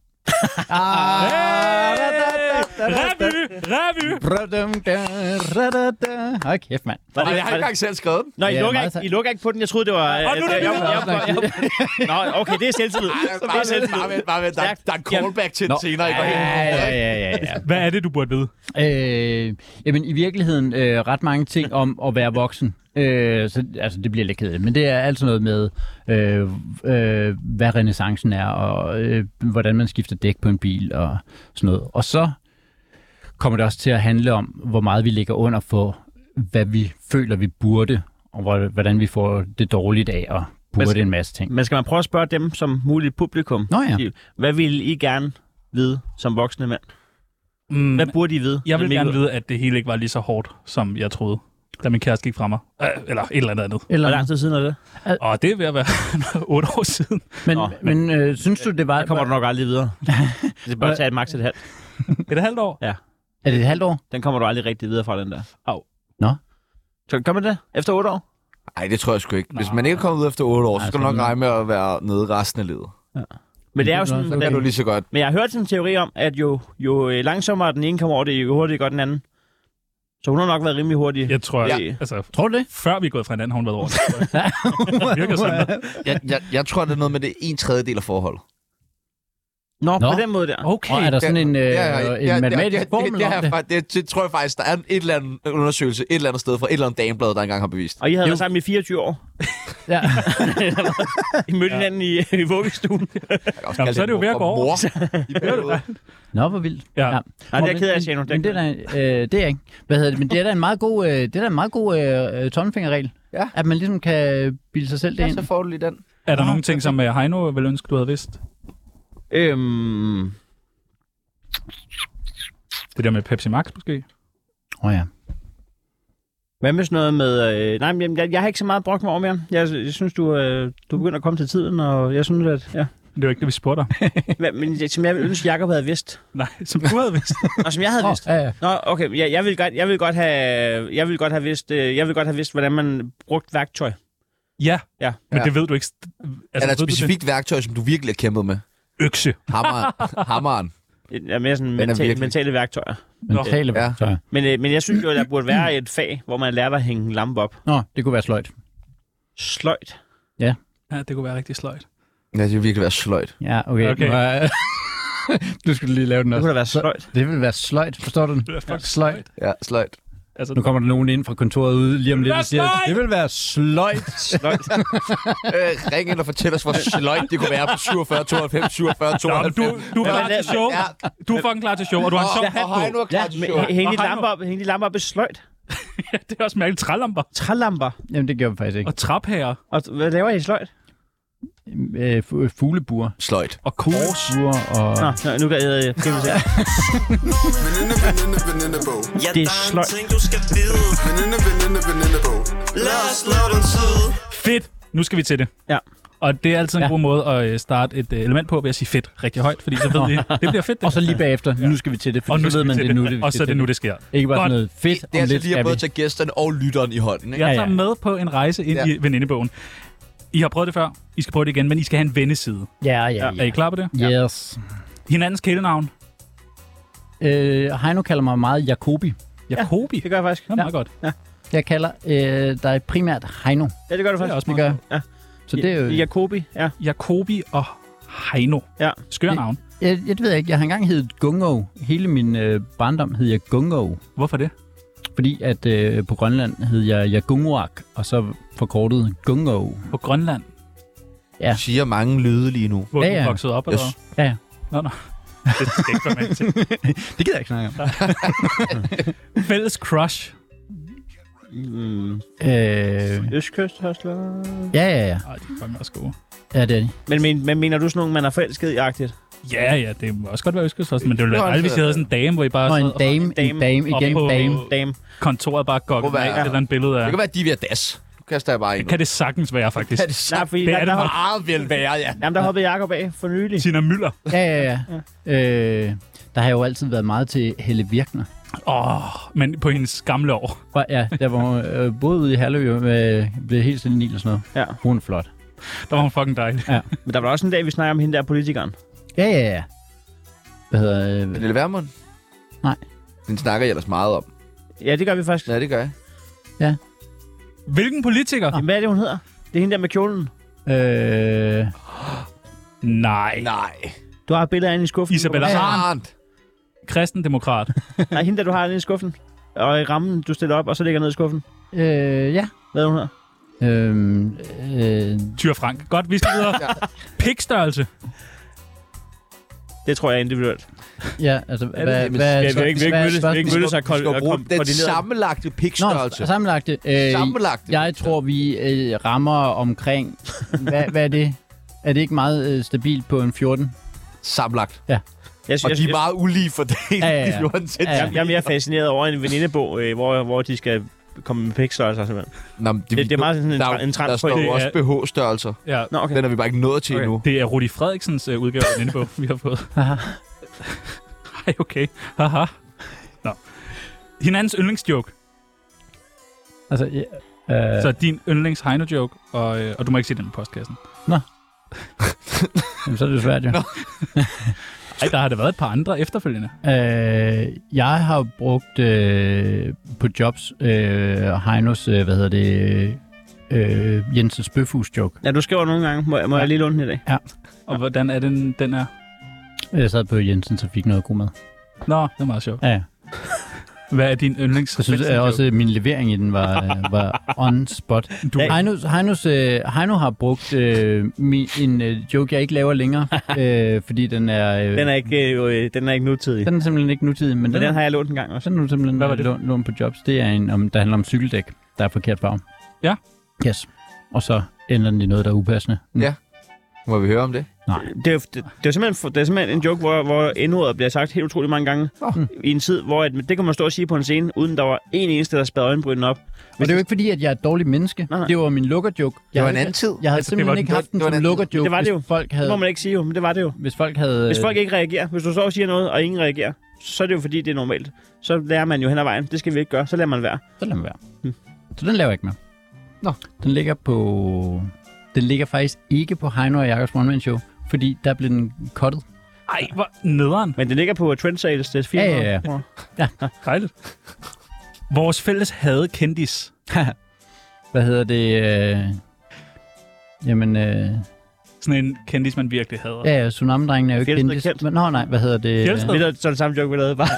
Revy! Hold kæft, mand. Jeg har ikke engang selv skrevet den. Nå, I lukker ikke på den. Jeg troede, det var... Nå, okay, det er selvtillid. Der er en callback til den senere. Ja. Hvad er det, du burde vide? Jamen, i virkeligheden ret mange ting om at være voksen. Så, altså, det bliver lidt kedeligt, men det er altid noget med, hvad renæssancen er, og hvordan man skifter dæk på en bil, og sådan noget. Og så kommer det også til at handle om, hvor meget vi ligger under for, hvad vi føler, vi burde, og hvordan vi får det dårligt af at burde en masse ting. Men skal man prøve at spørge dem som muligt publikum? Nå ja. Hvad vil I gerne vide som voksne mænd? Hvad burde I vide? Jeg vil gerne vide, at det hele ikke var lige så hårdt, som jeg troede, da min kæreste gik fra mig. Eller et eller andet. Hvor lang tid siden er det? Og det er ved at være 8 år siden. Men synes du, det var... Der kommer du nok aldrig videre. Det er bare at tage et maks et halvt. Er det et halvt år? Ja. Er det et halvt år? Den kommer du aldrig rigtig videre fra, den der. Au. Nå. Så kommer det efter 8 år? Nej, det tror jeg sgu ikke. Hvis man ikke er kommet ud efter 8 år, så skal du nok regne med at være nede resten af livet. Ja. Men det er jo sådan... Så kan du lige så godt. Men jeg har hørt sådan en teori om, at jo langsommere den ene kommer over det, jo hurtigere går den anden. Så hun har nok været rimelig hurtig. Jeg tror, altså, tror du det? Før vi er gået fra hinanden, har hun været over det. Jeg tror, det er noget med det 1/3 af forholdet. Nå, på den måde der. Okay. Og er der sådan en matematisk formel om det? Det tror jeg faktisk, der er en et eller andet undersøgelse et eller andet sted fra et eller andet dameblad, der engang har bevist. Og I havde været sammen i 24 år. Ja. I mødte hinanden i vuggestuen. Jamen, så er det jo ved at gå over. Nå, hvor vildt. Ja. Nej, det er ked af, Sjano. Men det er ikke. Hvad hedder det? Men det er da en meget god tommelfingerregel. Ja. At man ligesom kan bilde sig selv det ind. Så får du lige den. Er der nogle ting, som Heino vil ønske, du havde vidst? Det der med Pepsi Max, måske? Ja. Hvad med sådan noget med... nej, men jeg har ikke så meget brugt mig over mere. Jeg synes, du begynder at komme til tiden, og jeg synes, at... Ja. Det var ikke det, vi spurgte om. Men som jeg ville ønske, Jacob havde vidst. Nej, som du havde vidst. Og som jeg havde vidst. Ja. Nå, okay. Jeg vil godt have vidst, hvordan man brugte værktøj. Ja, Ja. men det ved du ikke. Er der et specifikt værktøj, som du virkelig har kæmpet med? Økse. Hammeren. Ja, mere sådan mentale værktøjer. Mentale værktøjer. Men jeg synes jo, at der burde være et fag, hvor man lærer at hænge en lampe op. Nå, det kunne være sløjt. Sløjt. Ja, det kunne være rigtig sløjt. Ja, det ville virkelig være sløjt. Ja, okay. Du skulle lige lave den Det også. kunne da være sløjt. Det ville være sløjt, forstår du den? Det er faktisk Sløjt. Ja, sløjt. Altså, Nu kommer der nogen ind fra kontoret ude lige om lidt og siger, det vil være sløjt. Sløjt. Ring ind og fortæl os, hvor sløjt det kunne være på 47, 92, 47, 92. Du er klar til show. Du er fucking klar til show, og du har en sjov hat på. Nu er klar til show. Hæng de lamper op i sløjt. Ja, det er også mærkeligt. Trælamper. Trælamper. Jamen, det gjorde vi faktisk ikke. Og traphager. Og hvad laver I i sløjt? Fuglebur. Sløjt. Og kors. Og... Nå, nu kan jeg... Venindebog. Det er sløjt. Venindebog. Lad os slå den tid. Fedt. Nu skal vi til det. Ja. Og det er altid en god måde at starte et element på ved at sige fedt rigtig højt, fordi så ved vi, det bliver fedt. Det. Og så lige bagefter, nu skal vi til det, for nu så ved man, det er nu, det og så er det nu, det sker. Ikke bare Godt. sådan noget fedt. Det er altså lidt lige at skal både vi. tage gæsterne og lytteren i hånden, ikke? Jeg tager med på en rejse ind i venindebogen. I har prøvet det før. I skal prøve det igen, men I skal have en venneside. Ja. Er I klar på det? Yes. Hinandens kælenavn. Heino kalder mig meget Jacobi. Jacobi. Det gør jeg faktisk. Det er meget godt. Jeg kalder dig primært Heino. Ja, det gør du Det er faktisk. også Det meget gør godt. Så det er jo... Jacobi, ja. Jacobi og Heino. Ja. Skør navn. Jeg ved ikke, jeg har engang heddet Gungo. Hele min barndom hed jeg Gungo. Hvorfor det? Fordi at på Grønland hed jeg Jagunguak, og så forkortet Gungo. På Grønland. Ja. Du siger mange lyde lige nu. Hvor Ja, du ja. voksede op, eller Yes. hvad? Ja. Nå. Det skal ikke være med til. Det gider jeg ikke snakke om. Fælles crush. Østkyst, Hørsler. Ja. Ej, det er fandme også gode. Ja, det er det. Men mener du sådan nogle, man er forelsket i agtigt? Ja, det må også godt være østkyst, men det ville være aldrig, hvis I havde sådan en dame, hvor I bare Og en sad dame, igen på dame. kontoret bare gokkede af et eller andet billede af. Det kan være Divya Das. Du kaster jeg bare ind. Kan det sagtens være, faktisk. Kan det Nej, fordi Det er det der, meget vel være, ja. jamen, der hoppede Jacob af for nylig. Tina Müller. Ja. Der har jo altid været meget til Helle Virkner. Men på hendes gamle år. Ja, der var hun boede ude i Herlev ved helt stille Nil og sådan noget. Ja. Hun er flot. Der var hun fucking dejlig. Ja. Men der var også en dag, vi snakker om hende der politikeren. Ja. Hvad hedder... Pernille Vermund? Nej. Den snakker jeg ellers meget om. Ja, det gør vi faktisk. Ja, det gør jeg. Hvilken politiker? Jamen, hvad er det, hun hedder? Det er hende der med kjolen. Nej. Du har et billede af hende i skuffen. Isabella Arndt. Kristendemokrat. Nej, hende der, du har inde i skuffen. Og i rammen, du stiller op, og så ligger ned i skuffen. Ja. Hvad er hun her? Tyr Frank. Godt, vi skal videre. Pikstørrelse. Det tror jeg er individuelt. Ja, altså... Vi har ikke mødtes og Den sammenlagte pikstørrelse. Sammenlagte. Sammenlagte. Jeg tror, vi rammer omkring... Hvad er det? Er det ikke meget stabilt på en 14? Sammenlagt. Ja. Og de er meget ulige for det. Ja. 14 cm. Jeg er mere fascineret over en venindebog, hvor de skal komme med pikstørrelser simpelthen. Nå, men Det er meget sådan en der trend. står jo også BH-størrelser. Ja. Nå, okay. Den er vi bare ikke nået til endnu. Det er Rudi Frederiksens udgave af den indebog, vi har fået. Ej, okay. Haha. Nå. Hinandens yndlingsjoke. Altså, Så din yndlings Heino-joke, og du må ikke sige den i postkassen. jamen, så er det jo svært, jo. Ej, der har der været et par andre efterfølgende. Jeg har brugt på jobs Heinos, Jensens Bøfhus-joke. Ja, du skriver nogle gange. Må jeg lige låne den i dag? Ja. Og hvordan er den er? Jeg sad på Jensens og fik noget god mad. Nå, det er meget sjovt. Ja. Hvad er din yndlings? Jeg synes også, at min levering i den var on spot. Heino har brugt en joke, jeg ikke laver længere, fordi den er... Den er ikke nutidig. Den er simpelthen ikke nutidig, men den har jeg lånt en gang også. Den er nu simpelthen lånt på jobs. Det er der handler om cykeldæk, der er forkert farve. Ja. Yes. Og så ender den i noget, der er upassende. Ja. Må vi høre om det? Nej. Det er simpelthen en joke, hvor N-ordet bliver sagt helt utrolig mange gange. I en tid, hvor det kan man stå og sige på en scene, uden der var en eneste, der spærrede øjenbrynene op. Men det er jo ikke fordi, at jeg er et dårligt menneske. Nej. Det var min lukkerjoke. Det var en anden tid. Jeg havde simpelthen ikke haft den som lukkerjoke, det var det jo. Hvis folk havde... Det må man ikke sige jo, men det var det jo. Hvis folk ikke reagerer, hvis du så siger noget, og ingen reagerer, så er det jo fordi, det er normalt. Så lærer man jo hen ad vejen. Det skal vi ikke gøre. Så lader man være. Så den laver jeg ikke med. Nå. Den ligger faktisk ikke på Heino og Jakobs One Man Show, fordi der blev den cuttet. Ej, hvor nederen. Men den ligger på Trendsales, det er 400. Ja. Dejligt. Vores fælles hadekendis. Hvad hedder det? Sådan en kendis, man virkelig hader. Ja, Tsunami-drengen er jo ikke kendis. Nå, nej, hvad hedder det? Fjeldsted. Så er det samme joke, vi lavede bare.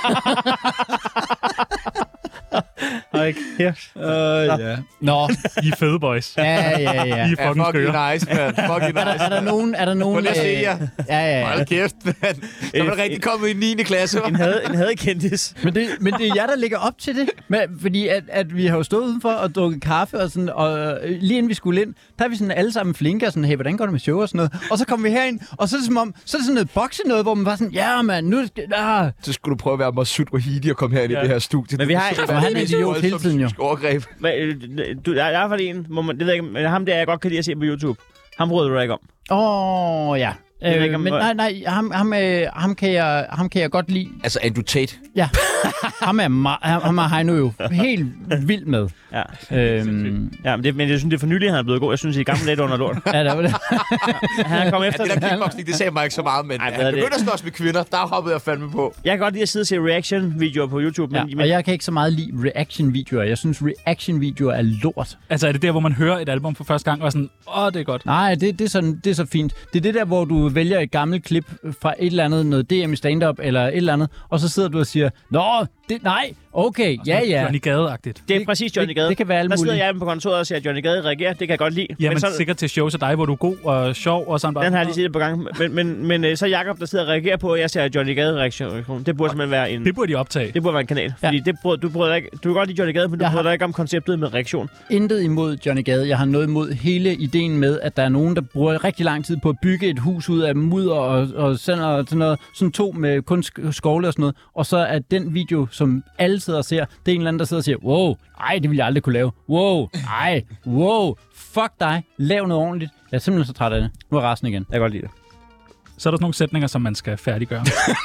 Ja. Nå. I er fede boys. Ja. I er fucking skøre. Nice, man. Fucking nice. Er der nogen... Prøv lige at se jer. Ja. Hold kæft, mand. Så er man rigtig kommet i 9. klasse. En hadekendis. Men det er jer, der ligger op til det. Fordi at vi har jo stået udenfor og drukket kaffe, og, sådan, og lige inden vi skulle ind, der er vi sådan alle sammen flinke og sådan, hey, hvordan går det med show og sådan noget. Og så kommer vi herind, og så er det som om, så er det sådan noget bokse noget, hvor man bare sådan, ja, mand, nu skal... Så skulle du prøve at være Masud Wahidi og komme her ind i det her studie. Men vi har... Han er idiot hele tiden, jo. Overgreb. Jeg er i hvert fald en, det ved jeg ikke, men ham der, jeg godt kan lide at se på YouTube. Ham bryder du ikke om. Ja. Men nej, ham kan jeg godt lide. Altså Andrew Tate? Ja. ham er Heino jo helt vild med. Ja. Men jeg synes, det er for nylig, han er blevet god. Jeg synes, I er gamle lidt under lort. Ja, det var det. Han er kommet efter det. Der kickboxing, det sagde mig ikke så meget, men han begynder at slås med kvinder. Der hoppede jeg fandme på. Jeg kan godt lide at sidde og se reaction-videoer på YouTube. Men og jeg kan ikke så meget lide reaction-videoer. Jeg synes, reaction-videoer er lort. Altså, er det der, hvor man hører et album for første gang og sådan, det er godt? Nej, det er så fint. Det er det der, hvor du vælger et gammelt klip fra et eller andet, noget DM i stand-up eller et eller andet, og så sidder du og siger, okay, ja. Johnny Gade-agtigt. Det er præcis Johnny Gade. Det kan være alt muligt. Der sidder jeg på kontoret og siger, at Johnny Gade reagerer. Det kan jeg godt lide. Ja, men sikkert til shows af dig, hvor du er god og sjov og sådan bare. Den har jeg lige set på gang. Men så Jakob, der sidder og reagerer på, at jeg ser Johnny Gade-reaktion. Det burde simpelthen være en... Det burde de optage. Det burde være en kanal. Fordi du bryder ikke... Du kan godt lide Johnny Gade, men du bryder dig ikke om konceptet med reaktion. Intet imod Johnny Gade. Jeg har noget imod hele ideen med, at der er nogen, der bruger rigtig lang tid på at bygge et hus ud af mudder og sådan noget. Sådan to med kun skovle og sådan noget. Og så er den video, som alle sidder og ser, det er en eller anden, der sidder og siger, wow, det vil jeg aldrig kunne lave. Wow, fuck dig, lav noget ordentligt. Jeg er simpelthen så træt af det. Nu er resten igen. Jeg kan godt lide det. Så er der sådan nogle sætninger, som man skal færdiggøre.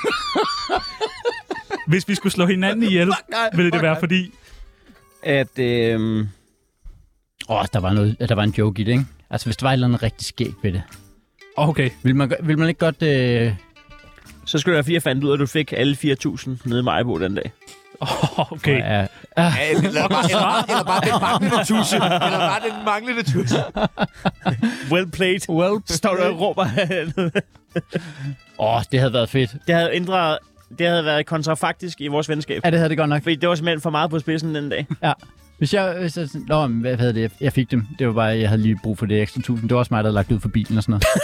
Hvis vi skulle slå hinanden ihjel, ville det være fordi... At... der var en joke i det, ikke? Altså, hvis der var et eller andet rigtig skæg ved det. Okay. Vil man ikke godt... Så skulle det være 4 fandt ud, at du fik alle 4.000 nede i Majbo den dag. Okay. Eller bare den manglende tusse. Eller bare den manglende tusse. Well played. Står der og råber. Det havde været fedt. Det havde været kontrafaktisk i vores venskab. Ja, det havde det godt nok. Fordi det var simpelthen for meget på spidsen den dag. Ja. Hvad havde det? Jeg fik dem. Det var bare, jeg havde lige brug for det ekstra 1000. Det var også mig, der havde lagt ud for bilen og sådan noget.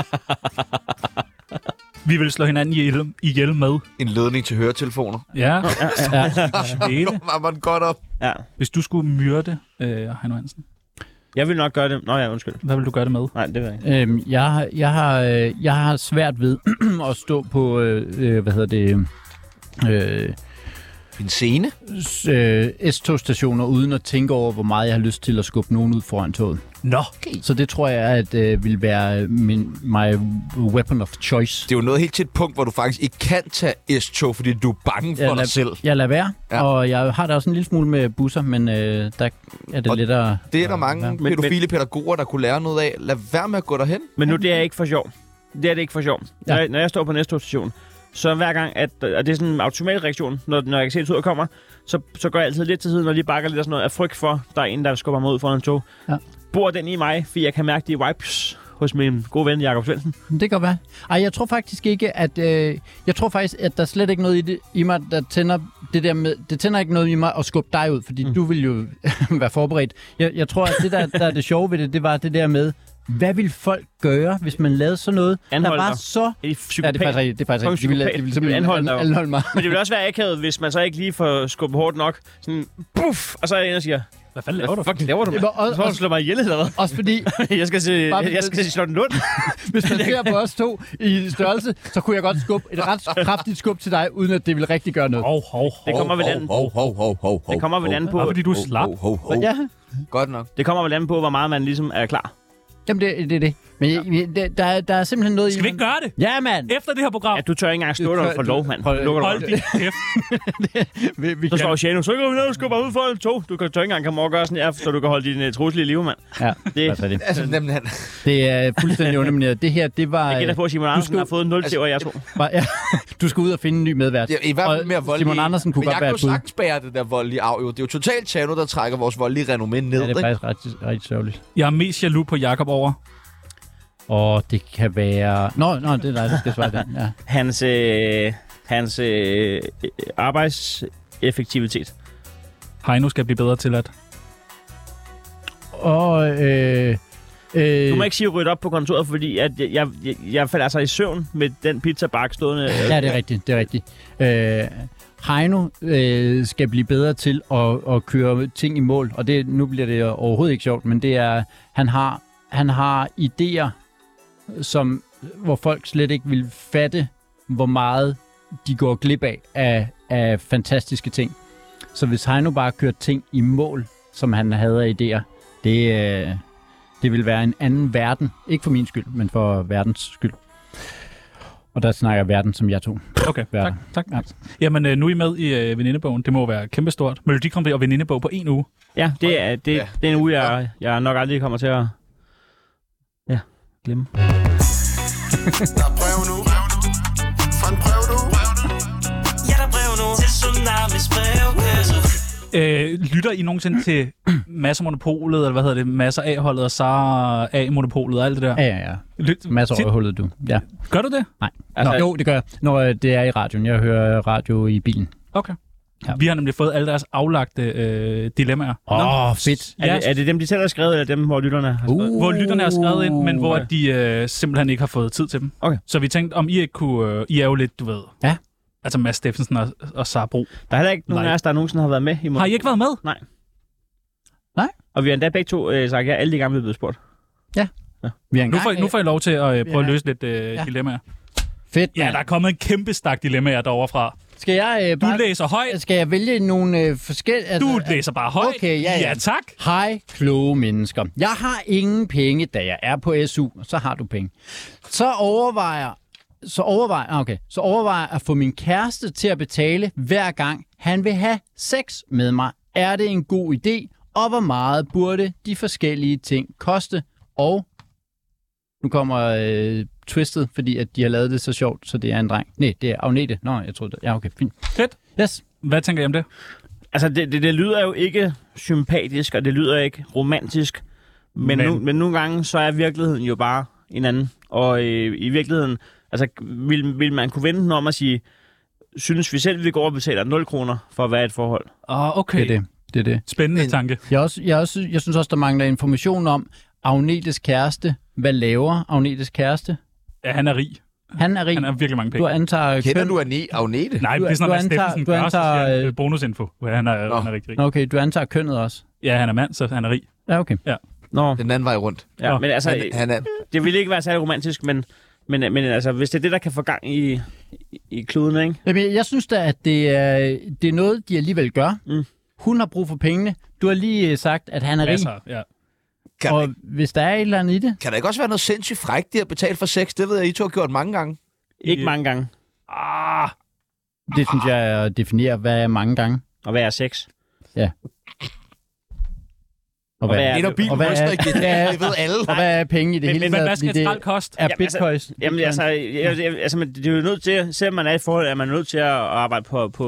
Vi vil slå hinanden ihjel med en ledning til høretelefoner. Ja. Var den godt op. Ja. Hvis du skulle myrde Heino Hansen. Jeg vil nok gøre det. Undskyld. Hvad vil du gøre det med? Nej, det vil jeg ikke. Jeg har svært ved at stå på en scene? S-togstationer uden at tænke over, hvor meget jeg har lyst til at skubbe nogen ud foran toget. Nå. Okay. Så det tror jeg, at vil være my weapon of choice. Det er jo noget helt til et punkt, hvor du faktisk ikke kan tage S-tog, fordi du er bange for dig selv. Jeg lader være, og jeg har da også en lille smule med busser, men der er det lettere... Det er der mange pædofile pædagoger, der kunne lære noget af. Lad være med at gå derhen. Men nu det er ikke for sjov. Det er det ikke for sjov. Ja. Når jeg står på en S-togstation, så hver gang, og det er sådan en automatisk reaktion, når jeg kan se, at toget kommer, så går jeg altid lidt til siden, når de bakker lidt og sådan noget, af frygt for, der er en, der skubber mig ud foran en tog. Ja. Bor den i mig, fordi jeg kan mærke de vibes hos min gode ven, Jakob Svendsen? Det kan være. Jeg tror faktisk ikke, at... jeg tror faktisk, at der er slet ikke noget i mig, der tænder det der med... Det tænder ikke noget i mig at skubbe dig ud, fordi du vil jo være forberedt. Jeg tror, at det der er det sjove ved det var det der med... Hvad vil folk gøre, hvis man lavede sådan noget, der var så... Det er faktisk rigtigt. De vil simpelthen anholde mig. Men det vil også være akavet, hvis man så ikke lige får skubbet hårdt nok. Sådan, puff, og så er der en, der siger, Hvad fanden laver du? Hvad fuck laver du, mand? Så slår mig ihjel, eller hvad? Også fordi... jeg skal se Charlottenlund. Hvis man ser på os to i størrelse, så kunne jeg godt skubbe et ret kraftigt skub til dig, uden at det ville rigtig gøre noget. Det kommer vel an på. Det kommer vel an på. Fordi du er slap. Ja. Godt nok. Det kommer vel an på, hvor meget man ligesom er klar. Jamen, det er det. Men der er simpelthen noget... Skal vi ikke gøre det? Ja, mand! Efter det her program. Ja, du tør ikke engang stå der for lov, mand. Hold din kæft. Så står Shano, så går vi ned og skubber ud for en tog. Du kan tør ikke engang komme over og gøre sådan her, så du kan holde din trussel i live, mand. Ja, det altså, det er fuldstændig undermineret. Det her, det var... Jeg gætter på, at Simon Andersen har fået 0 til, og jeg 2. Ja, du skal ud og finde en ny medvært. Ja, i hvert fald mere voldelig. Simon Andersen kunne godt være et bud. Men jeg kunne sagtens bære det der voldelige af, jo. Det er jo totalt Chano, der trækker vores voldelige renommé ned. Ja, det er faktisk rigtig sørgeligt. Jeg er mest jaloux på Jakob over. Og det kan være... Nå, det er dig, der skal svare den. Ja. Hans arbejdseffektivitet. Heino skal blive bedre til at... Og... Du må ikke sige rydde op på kontoret, fordi at jeg falder altså i søvn med den pizzabakke stående... Ja, det er rigtigt. Heino skal blive bedre til at køre ting i mål, og nu bliver det overhovedet ikke sjovt, men det er... Han har idéer, hvor folk slet ikke vil fatte, hvor meget de går glip af fantastiske ting. Så hvis Heino bare kører ting i mål, som han havde af idéer, det vil være en anden verden. Ikke for min skyld, men for verdens skyld. Og der snakker jeg verden som jeg tog. Okay, tak. Ja. Jamen, nu er I med i venindebogen. Det må være kæmpestort. Melodi Grand Prix og venindebog på 1 uge. Ja, det er en uge, jeg nok aldrig kommer til at glemme. Der er brev nu. Fra en brev nu. Ja, der er brev nu til Tsunamis brevkasse. Lytter I nogensinde til Masser Monopolet, eller hvad hedder det, Masser A-holdet og Sara A-monopolet og alt det der? Ja. Masser A-holdet, du. Ja. Gør du det? Nej. Altså, jo, det gør jeg, når det er i radioen. Jeg hører radio i bilen. Okay. Ja. Vi har nemlig fået alle deres aflagte dilemmaer. Fedt. Er det dem, de selv har skrevet, eller dem, hvor lytterne har skrevet? Hvor lytterne har skrevet ind, men hvor de simpelthen ikke har fået tid til dem. Okay. Så vi tænkte, om I ikke kunne... I er jo lidt, du ved... Ja. Altså Mads Steffensen og Sara Bro. Der er heller ikke nogen af os, der nogensinde har været med i morgen. Har I ikke været med? Nej. Nej? Og vi har endda begge to sagt, alle de gange blevet spurgt. Ja. Nu får I lov til at prøve at løse lidt dilemmaer. Fedt, ja, der er kommet en kæmpe stak dilemmaer derovre fra. Skal jeg du læser højt. Skal jeg vælge nogle forskellige... Altså, du læser bare højt. Okay, ja, tak. Hej, kloge mennesker. Jeg har ingen penge, da jeg er på SU. Så har du penge. Så overvejer at få min kæreste til at betale, hver gang han vil have sex med mig. Er det en god idé? Og hvor meget burde de forskellige ting koste? Og nu kommer twistet, fordi at de har lavet det så sjovt, så det er en dreng. Nej, det er Agnete. Nå, jeg troede det. Ja, okay, fint. Fedt. Yes. Hvad tænker I om det? Altså, det lyder jo ikke sympatisk, og det lyder ikke romantisk. Men nogle gange, så er virkeligheden jo bare en anden. Og i virkeligheden, altså, vil man kunne vende den om at sige, synes vi selv, vi går og betaler 0 kroner for at være et forhold? Okay. Det er det. Spændende tanke. Jeg synes også, der mangler information om Agnetes kæreste. Hvad laver Agnetes kæreste? Ja, han er rig. Han er rig. Han har virkelig mange penge. Du antager Kender du Agnete? Nej, det er sådan noget, Steffensen gør, så siger bonusinfo. Han er rigtig rig. Okay, du antager kønnet også? Ja, han er mand, så han er rig. Ja, okay. Ja. Den anden vej rundt. Ja, men altså, han er... det ville ikke være særlig romantisk, men altså, hvis det er det, der kan få gang i kluden, ikke? Jamen, jeg synes da, at det er noget, de alligevel gør. Mm. Hun har brug for pengene. Du har lige sagt, at han er rig. Ja. Og hvis der er et eller andet i det... Kan der ikke også være noget sindssygt frækt i at betale for sex? Det ved jeg, I to har gjort mange gange. Ikke mange gange. Det synes jeg er at definere, hvad er mange gange. Og hvad er sex? Ja. Og hvad er det ved alle. Og hvad er penge i det hele taget? Men hvad skal et skrald koste? Er bitcoins? Jamen altså, det er jo nødt til, selvom man er i forhold, er man nødt til at arbejde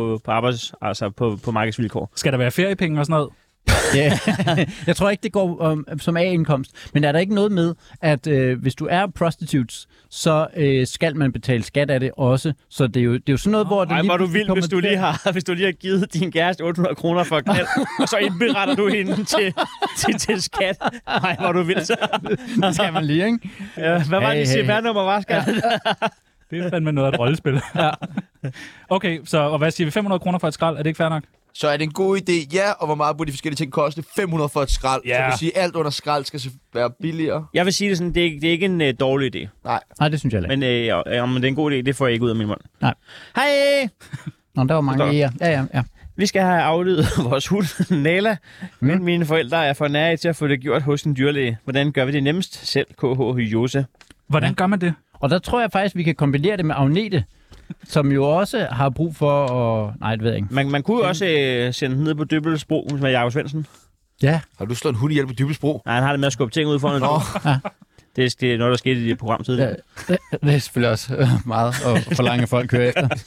på markedsvilkår. Skal der være feriepenge og sådan noget? Ja. Jeg tror ikke, det går som A-indkomst. Men er der ikke noget med, at hvis du er prostitutes, så skal man betale skat af det også. Så det er jo sådan noget, hvor det lige... Hvor du vil, hvis du lige har givet din kæreste 800 kroner for knald, og så indberetter du hende til skat. Nej, hvor du vil så. Det skal man lige, ikke? Ja, hvad var det CPR-nummer, var, skat? Det er fandme noget af et rollespil. Ja. Okay, så og hvad siger vi? 500 kroner for et skrald? Er det ikke fair nok? Så er det en god idé, ja, og hvor meget burde de forskellige ting koste? 500 for et skrald. Ja. Så du sige, alt under skrald skal være billigere. Jeg vil sige det sådan, det er ikke en dårlig idé. Nej, det synes jeg ikke. Men om det er en god idé, det får jeg ikke ud af min mund. Nej. Hej! Nå, der var mange ja. Ja. Vi skal have aflivet vores hund, Nala. Men mine forældre er for nære til at få det gjort hos en dyrlæge. Hvordan gør vi det nemmest? Selv KH Jose. Hvordan gør man det? Og der tror jeg faktisk, vi kan kombinere det med Agnete, som jo også har brug for at... Nej, det ved jeg ikke. Man kunne jo også sende den ned på Dybbelsbro med Jakob Svendsen. Ja. Har du slået en hund ihjel på Dybbelsbro? Nej, han har det med at skubbe ting ud foran. Ja. Det er noget, der skete i det program tidligere. Ja, det er selvfølgelig også meget at forlange, at folk kører efter.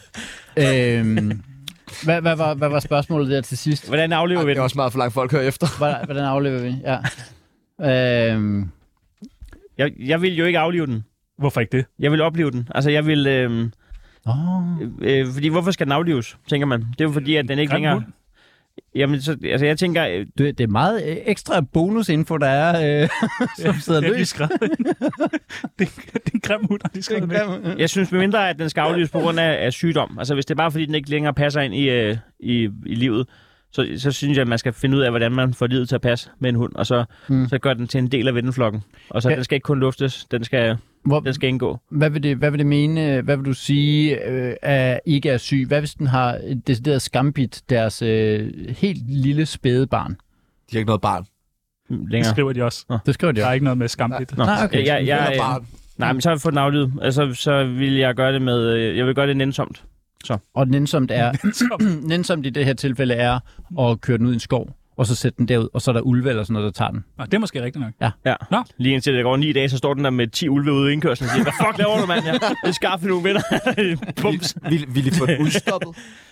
Hvad var spørgsmålet der til sidst? Hvordan aflever vi Det den? er også meget for langt folk kører efter. Hvordan aflever vi? Ja. Jeg vil jo ikke aflive den. Hvorfor ikke det? Jeg vil opleve den. Altså, jeg vil... fordi hvorfor skal den aflives, tænker man? Det er jo fordi, at den ikke længere... Jamen, så, altså, jeg tænker... Det er meget ekstra bonusinfo, der er, som sidder løs. Det er en grim hund, og de skrev med. Jeg synes mindre, at den skal aflives på grund af sygdom. Altså, hvis det er bare fordi, den ikke længere passer ind i livet, så synes jeg, at man skal finde ud af, hvordan man får livet til at passe med en hund, og så gør den til en del af venneflokken. Og så den skal ikke kun luftes, den skal indgå. Hvad vil det mene? Hvad vil du sige, at ikke er syg? Hvad hvis den har decideret skambit deres helt lille spædebarn? De har ikke noget barn. Længere. Det skriver de også. Det skriver de Der er også. ikke noget med skambit. Nej, okay. Nej, men så har vi fået den aflivet. Altså, så vil jeg gøre det med... Jeg vil gøre det nænsomt. Så. Og nænsomt i det her tilfælde er at køre den ud i en skov, og så sætte den derud, og så er der ulve eller sådan noget, der tager den. Nå, det er måske rigtigt nok. Ja. Nå. Lige indtil det går 9 dage, så står den der med 10 ulve ude i indkørslen og siger, hvad fuck laver du, mand? Jeg skaffer nogle venner. Bums. Vil I få den udstoppet?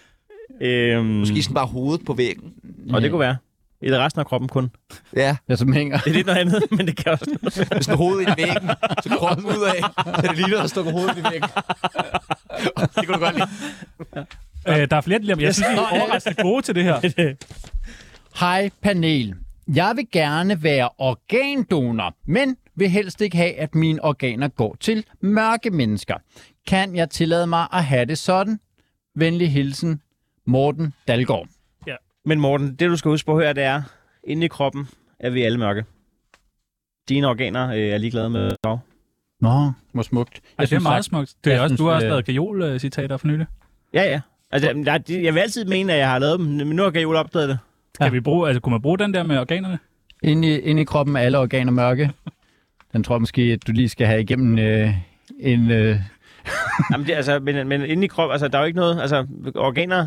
Måske sådan bare hovedet på væggen. Og det kunne være. Eller resten af kroppen kun. Ja. Ja, som hænger. Det er lidt noget andet, men det kan også noget. Hvis den hovedet i væggen, så kroppen ud af, så det ligner, der står hovedet i væggen. Det kunne du godt lide. Der er flere dilemmaer. Jeg synes, vi er overraskende gode til det her. Hej panel. Jeg vil gerne være organdonor, men vil helst ikke have, at mine organer går til mørke mennesker. Kan jeg tillade mig at have det sådan? Venlig hilsen, Morten Dalgaard. Ja. Men Morten, det du skal huske på her, det er, inde i kroppen er vi alle mørke. Dine organer er ligeglade med dag. Nå, hvor smukt. Det er meget smukt. Det er også, du har også lavet Gajol-citater for nylig. Ja. Altså, jeg vil altid mene, at jeg har lavet dem, men nu har Gajol opdaget det. Kunne man bruge den der med organerne? Inde i kroppen er alle organer mørke. Den tror jeg måske, at du lige skal have igennem en... Jamen, men inde i kroppen, altså, der er jo ikke noget... Altså, organer...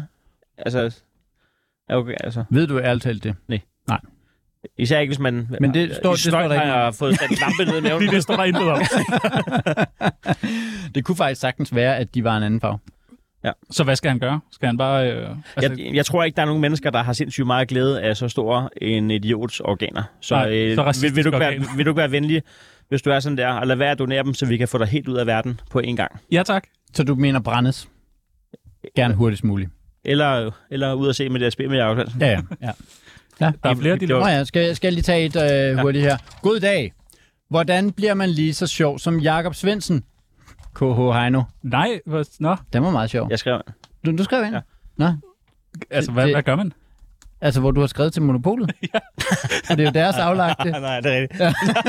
Altså... Ved du ærligt talt det? Nej. Nej. Især ikke, hvis man... Men det står der ikke. Har fået sat en lampe ned i maven. Det står der intet om. Det kunne faktisk sagtens være, at de var en anden farve. Ja. Så hvad skal han gøre? Skal han bare... Jeg tror ikke, der er nogen mennesker, der har sindssygt meget glæde af så stor en idiots organer. Så, vil du ikke være venlig, hvis du er sådan der, og lad være at donere dem, så vi kan få dig helt ud af verden på en gang. Ja, tak. Så du mener brændes? Gerne hurtigst muligt. Eller ud og se med DSB med Jakob Svendsen. Ja. Der er flere dilemmaer. Skal jeg lige tage et hurtigt her. God dag. Hvordan bliver man lige så sjov som Jakob Svendsen? KH Heino. Nej, nå. Den var meget sjov. Jeg skrev. Du skrev ind? Ja. Nå. Altså, hvad gør man? Altså, hvor du har skrevet til Monopolet? Ja. Og det er jo deres aflagte. Nej, det er rigtigt.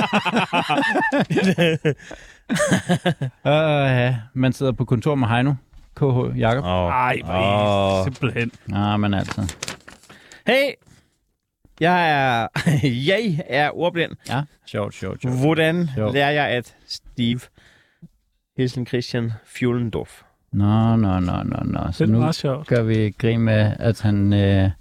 Ja. Man sidder på kontor med Heino. KH Jakob. Ej, simpelthen. Nå, men altså. Hey! Jeg er ordblind. Ja, sjovt. Hvordan lærer jeg at Steve Hilsen Christian Fuhlendorf? Nå. Så nu gør vi grin med, at han...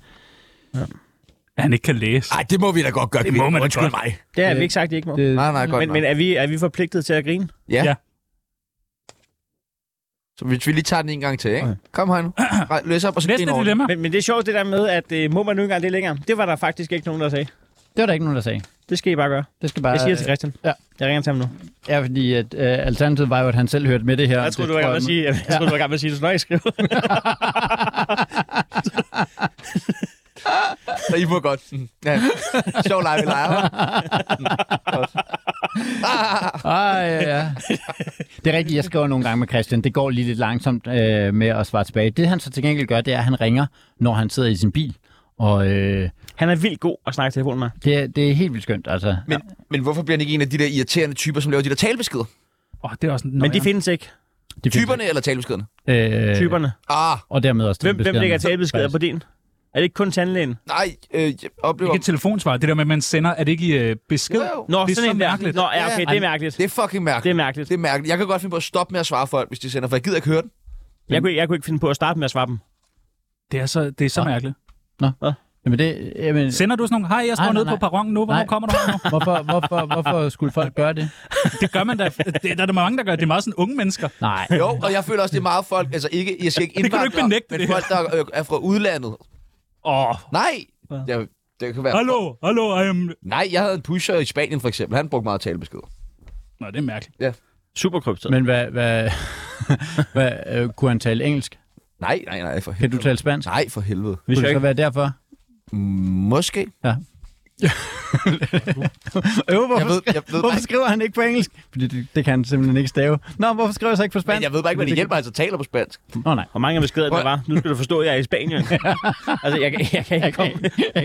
Han ikke kan læse. Nej, det må vi da godt gøre. Det må man Undskyld godt. mig. Det har vi ikke sagt, de ikke må. Nej, godt. Men er vi forpligtet til at grine? Ja. Så hvis vi lige tager den en gang til, ikke? Okay. Kom her nu. Løs op, og så næste dilemma. Men det er sjovt det der med, at må man nu engang det længere. Det var der faktisk ikke nogen, der sagde. Det var der ikke nogen, der sagde. Det skal I bare gøre. Det skal bare... Jeg siger til Christian. Ja. Jeg ringer til ham nu. Ja, fordi at, alternativet var jo, at han selv hørte med det her. Jeg troede, du var i gang med at sige, jeg troede, du var i gang med at sige, det, så når jeg skriver. Så I må godt. Ja. Sjov leg, vi leger. Ja. Det er rigtigt, jeg skriver nogle gange med Christian. Det går lige lidt langsomt med at svare tilbage. Det han så til gengæld gør, det er, at han ringer, når han sidder i sin bil. Og, han er vildt god at snakke telefon med. Det er helt vildt skønt, altså. Men hvorfor bliver han ikke en af de der irriterende typer, som laver de der talebeskeder? Det er også men de findes ikke. Typerne eller talebeskederne? Typerne. Og dermed også Hvem lægger talebeskeder på din? Er det ikke kun tandlægen? Nej, jeg oplever... Ikke et telefonsvar. Det der med, at man sender, er det ikke besked? Nå, det er sådan så mærkeligt. Nå, ja, okay, det er mærkeligt. Det er fucking mærkeligt. Det er mærkeligt. Det er mærkeligt. Jeg kan godt finde på at stoppe med at svare folk, hvis de sender, for jeg gider ikke høre den. Jeg kunne ikke finde på at starte med at svare dem. Det er så mærkeligt. Nå. Jamen, sender du sådan nogle, hej, jeg står nede på perronen nu, hvornår kommer du nu? Hvorfor skulle folk gøre det? Det gør man da. Der er mange, der gør det. Det er meget sådan unge mennesker. Nej. Jo, og jeg føler også, det er meget folk, altså ikke, jeg skal ikke indvandre, det kan du ikke benægte, men folk, der er fra udlandet. Nej! Det kan være... Hallo, I am... Nej, jeg havde en pusher i Spanien for eksempel. Han brugte meget talebeskeder. Nå, det er mærkeligt. Ja. Super kryptet. Men hvad kunne han tale engelsk? Nej, for helvede. Kan du tale spansk? Nej, for helvede. Kunne det så være derfor? Måske. Ja. Hvorfor skriver han ikke på engelsk? Fordi det kan han simpelthen ikke stave. Nå, hvorfor skriver han så ikke på spansk? Men jeg ved bare ikke, hvad det hjælper, altså taler på spansk. Nej. Hvor mange af beskeder der var? Nu skal du forstå, at jeg er i Spanien. Altså, jeg kan ikke komme.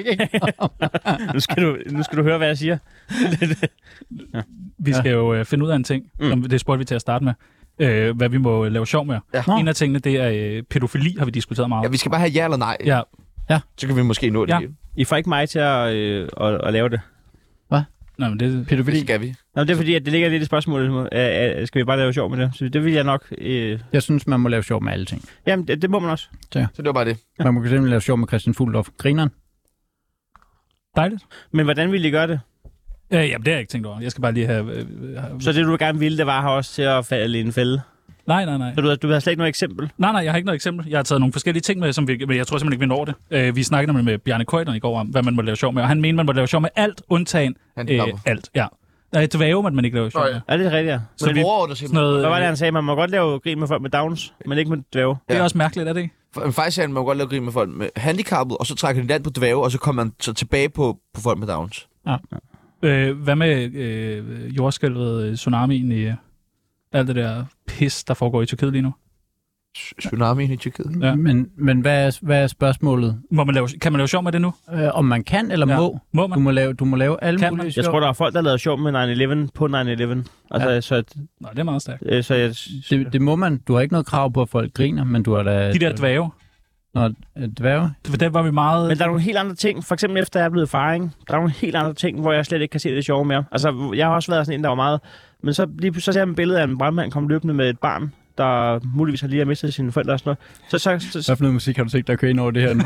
Nu skal du høre, hvad jeg siger. Vi skal jo finde ud af en ting, som det spurgte vi til at starte med. Hvad vi må lave sjov med. Ja. En af tingene, det er pædofili, har vi diskuteret meget. Ja, vi skal bare have ja eller nej. Ja. Så kan vi måske nå det. Ja. I får ikke mig til at lave det. Hvad? Nej, men det pædofili skal vi. Nå, det er fordi, at det ligger lidt i spørgsmålet. Skal vi bare lave sjov med det? Så det vil jeg nok... Jeg synes, man må lave sjov med alle ting. Jamen, det må man også. Så det var bare det. Ja. Man må simpelthen lave sjov med Christian Fuglendorf. Grineren. Dejligt. Men hvordan vil I gøre det? Jamen, det har jeg ikke tænkt over. Jeg skal bare lige have... Så det, du gerne ville, det var her også til at falde i en fælde? Nej. Så du har slet ikke noget eksempel? Nej, jeg har ikke noget eksempel. Jeg har taget nogle forskellige ting med, men jeg tror simpelthen ikke, vi når det. Vi snakkede nemlig med Bjarne Køjder i går om, hvad man må lave sjov med, og han mener, man må lave sjov med alt, undtagen alt. Ja. Dvæve, man ikke lave sjov med. Er det rigtigt, ja? Så hvad var det, han sagde? Man må godt lave grin med folk med Downs, men ikke med dvæve. Det er også mærkeligt, er det ikke? Faktisk sagde han, man må godt lave grin med folk med handicappet, og så trækker de land på dvæve, og så kommer man så tilbage på folk med Downs. Ja. Hvad med jordskælvet, tsunamien i alt det der pis, der foregår i Tyrkiet lige nu? Tsunamien i Tyrkiet? Ja. Men hvad er spørgsmålet? Kan man lave sjov med det nu? Om man kan eller må? Må man? Du må lave alle mulige sjov. Jeg tror, der er folk, der lavede sjov med 9/11 på 9/11. Altså, Nå, det er meget stærkt. Det må man. Du har ikke noget krav på, at folk griner, men du har da... De der dvæve. Nå, dvæve? Det var vi meget... Men der er nogle helt andre ting. For eksempel efter jeg er blevet faring, der er nogle helt andre ting, hvor jeg slet ikke kan se det sjove mere. Altså, jeg har også været sådan en, der var meget... Men så ser jeg et billede af en brandmand komme løbende med et barn, der muligvis har lige mistet sine forældre og sådan noget. Så hvad for noget musik har du set, der kører ind over det her nu?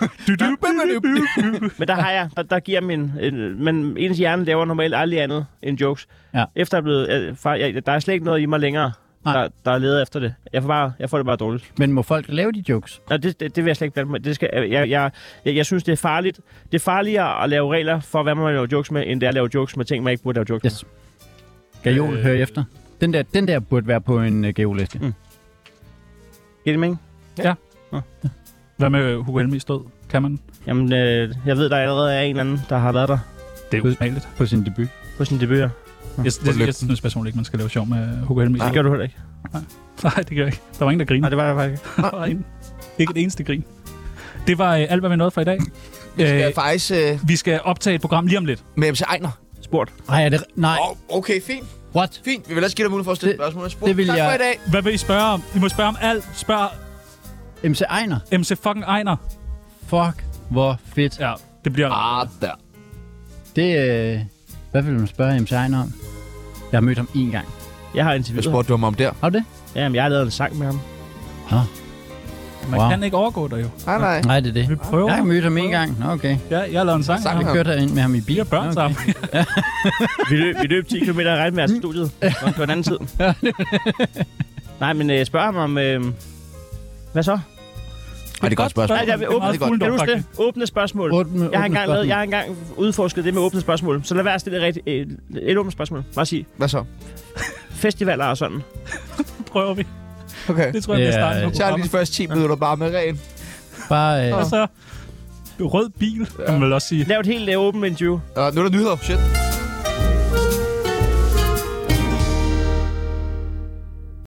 Men der har jeg, der giver men ens hjerne laver normalt aldrig andet end jokes. Ja. Efter jeg er blevet, der er slet ikke noget i mig længere, der er leder efter det. Jeg får det bare dårligt. Men må folk lave de jokes? Nej, det vil jeg slet ikke blande mig. Det skal, jeg synes, det er farligt. Det er farligere at lave regler for, hvad man må lave jokes med, end det er at lave jokes med ting, man ikke burde lave jokes med. Gajol, hør efter. Den der burde være på en geoliste. Giver det mening? Ja. Hvad med Hugo Helmis død? Kan man? Jamen, jeg ved, der allerede er en eller anden, der har været der. Det er usmageligt. På sin debut. På sin debut, ja. Jeg synes personligt ikke, man skal lave sjov med Hugo Helmis. Det gør du heller ikke. Nej, det gør jeg ikke. Der var ingen, der griner. Nej, det var der faktisk ikke. Der var ikke et eneste grin. Det var alt, hvad vi nåede for i dag. Vi skal optage et program lige om lidt. Med MC Ejner. Spurgt. Nej. Okay, fint. What? Fint. Vi vil også give dig mulighed for at stille spørgsmål. Det vil tak jeg... for i dag. Hvad vil I spørge om? I må spørge om alt. Spørg... MC Ejner. MC fucking Ejner. Fuck, hvor fedt. Ja, det bliver... der. Det... Hvad vil man spørge MC Ejner om? Jeg har mødt ham én gang. Jeg har interviewet. Hvad spurgte du ham om der? Har du det? Jamen, jeg har lavet en sang med ham. Man kan ikke overgå dig jo. Nej, det er det. Vi prøver. Jeg har mødt ham en gang. Okay. Ja, jeg har lavet en sang. Jeg kørte ind med ham i bil. Vi har børn sammen. Vi løb 10 km og regnede med at studiet. Det var en anden tid. Nej, men spørg ham om... hvad så? Det er et godt spørgsmål. Nej, jeg vil åbne spørgsmål. Jeg har engang udforsket det med åbne spørgsmål. Så lad være at stille et åbent spørgsmål. Bare sig. Hvad så? Festivaler og sådan. Prøver vi. Okay. Det tror jeg, vi starter på. Så er lige de første 10 minutter bare med ren. Bare... Og så... rød bil, kan man vel også sige. Lav et helt åbent interview. Nu er der nyheder. Shit.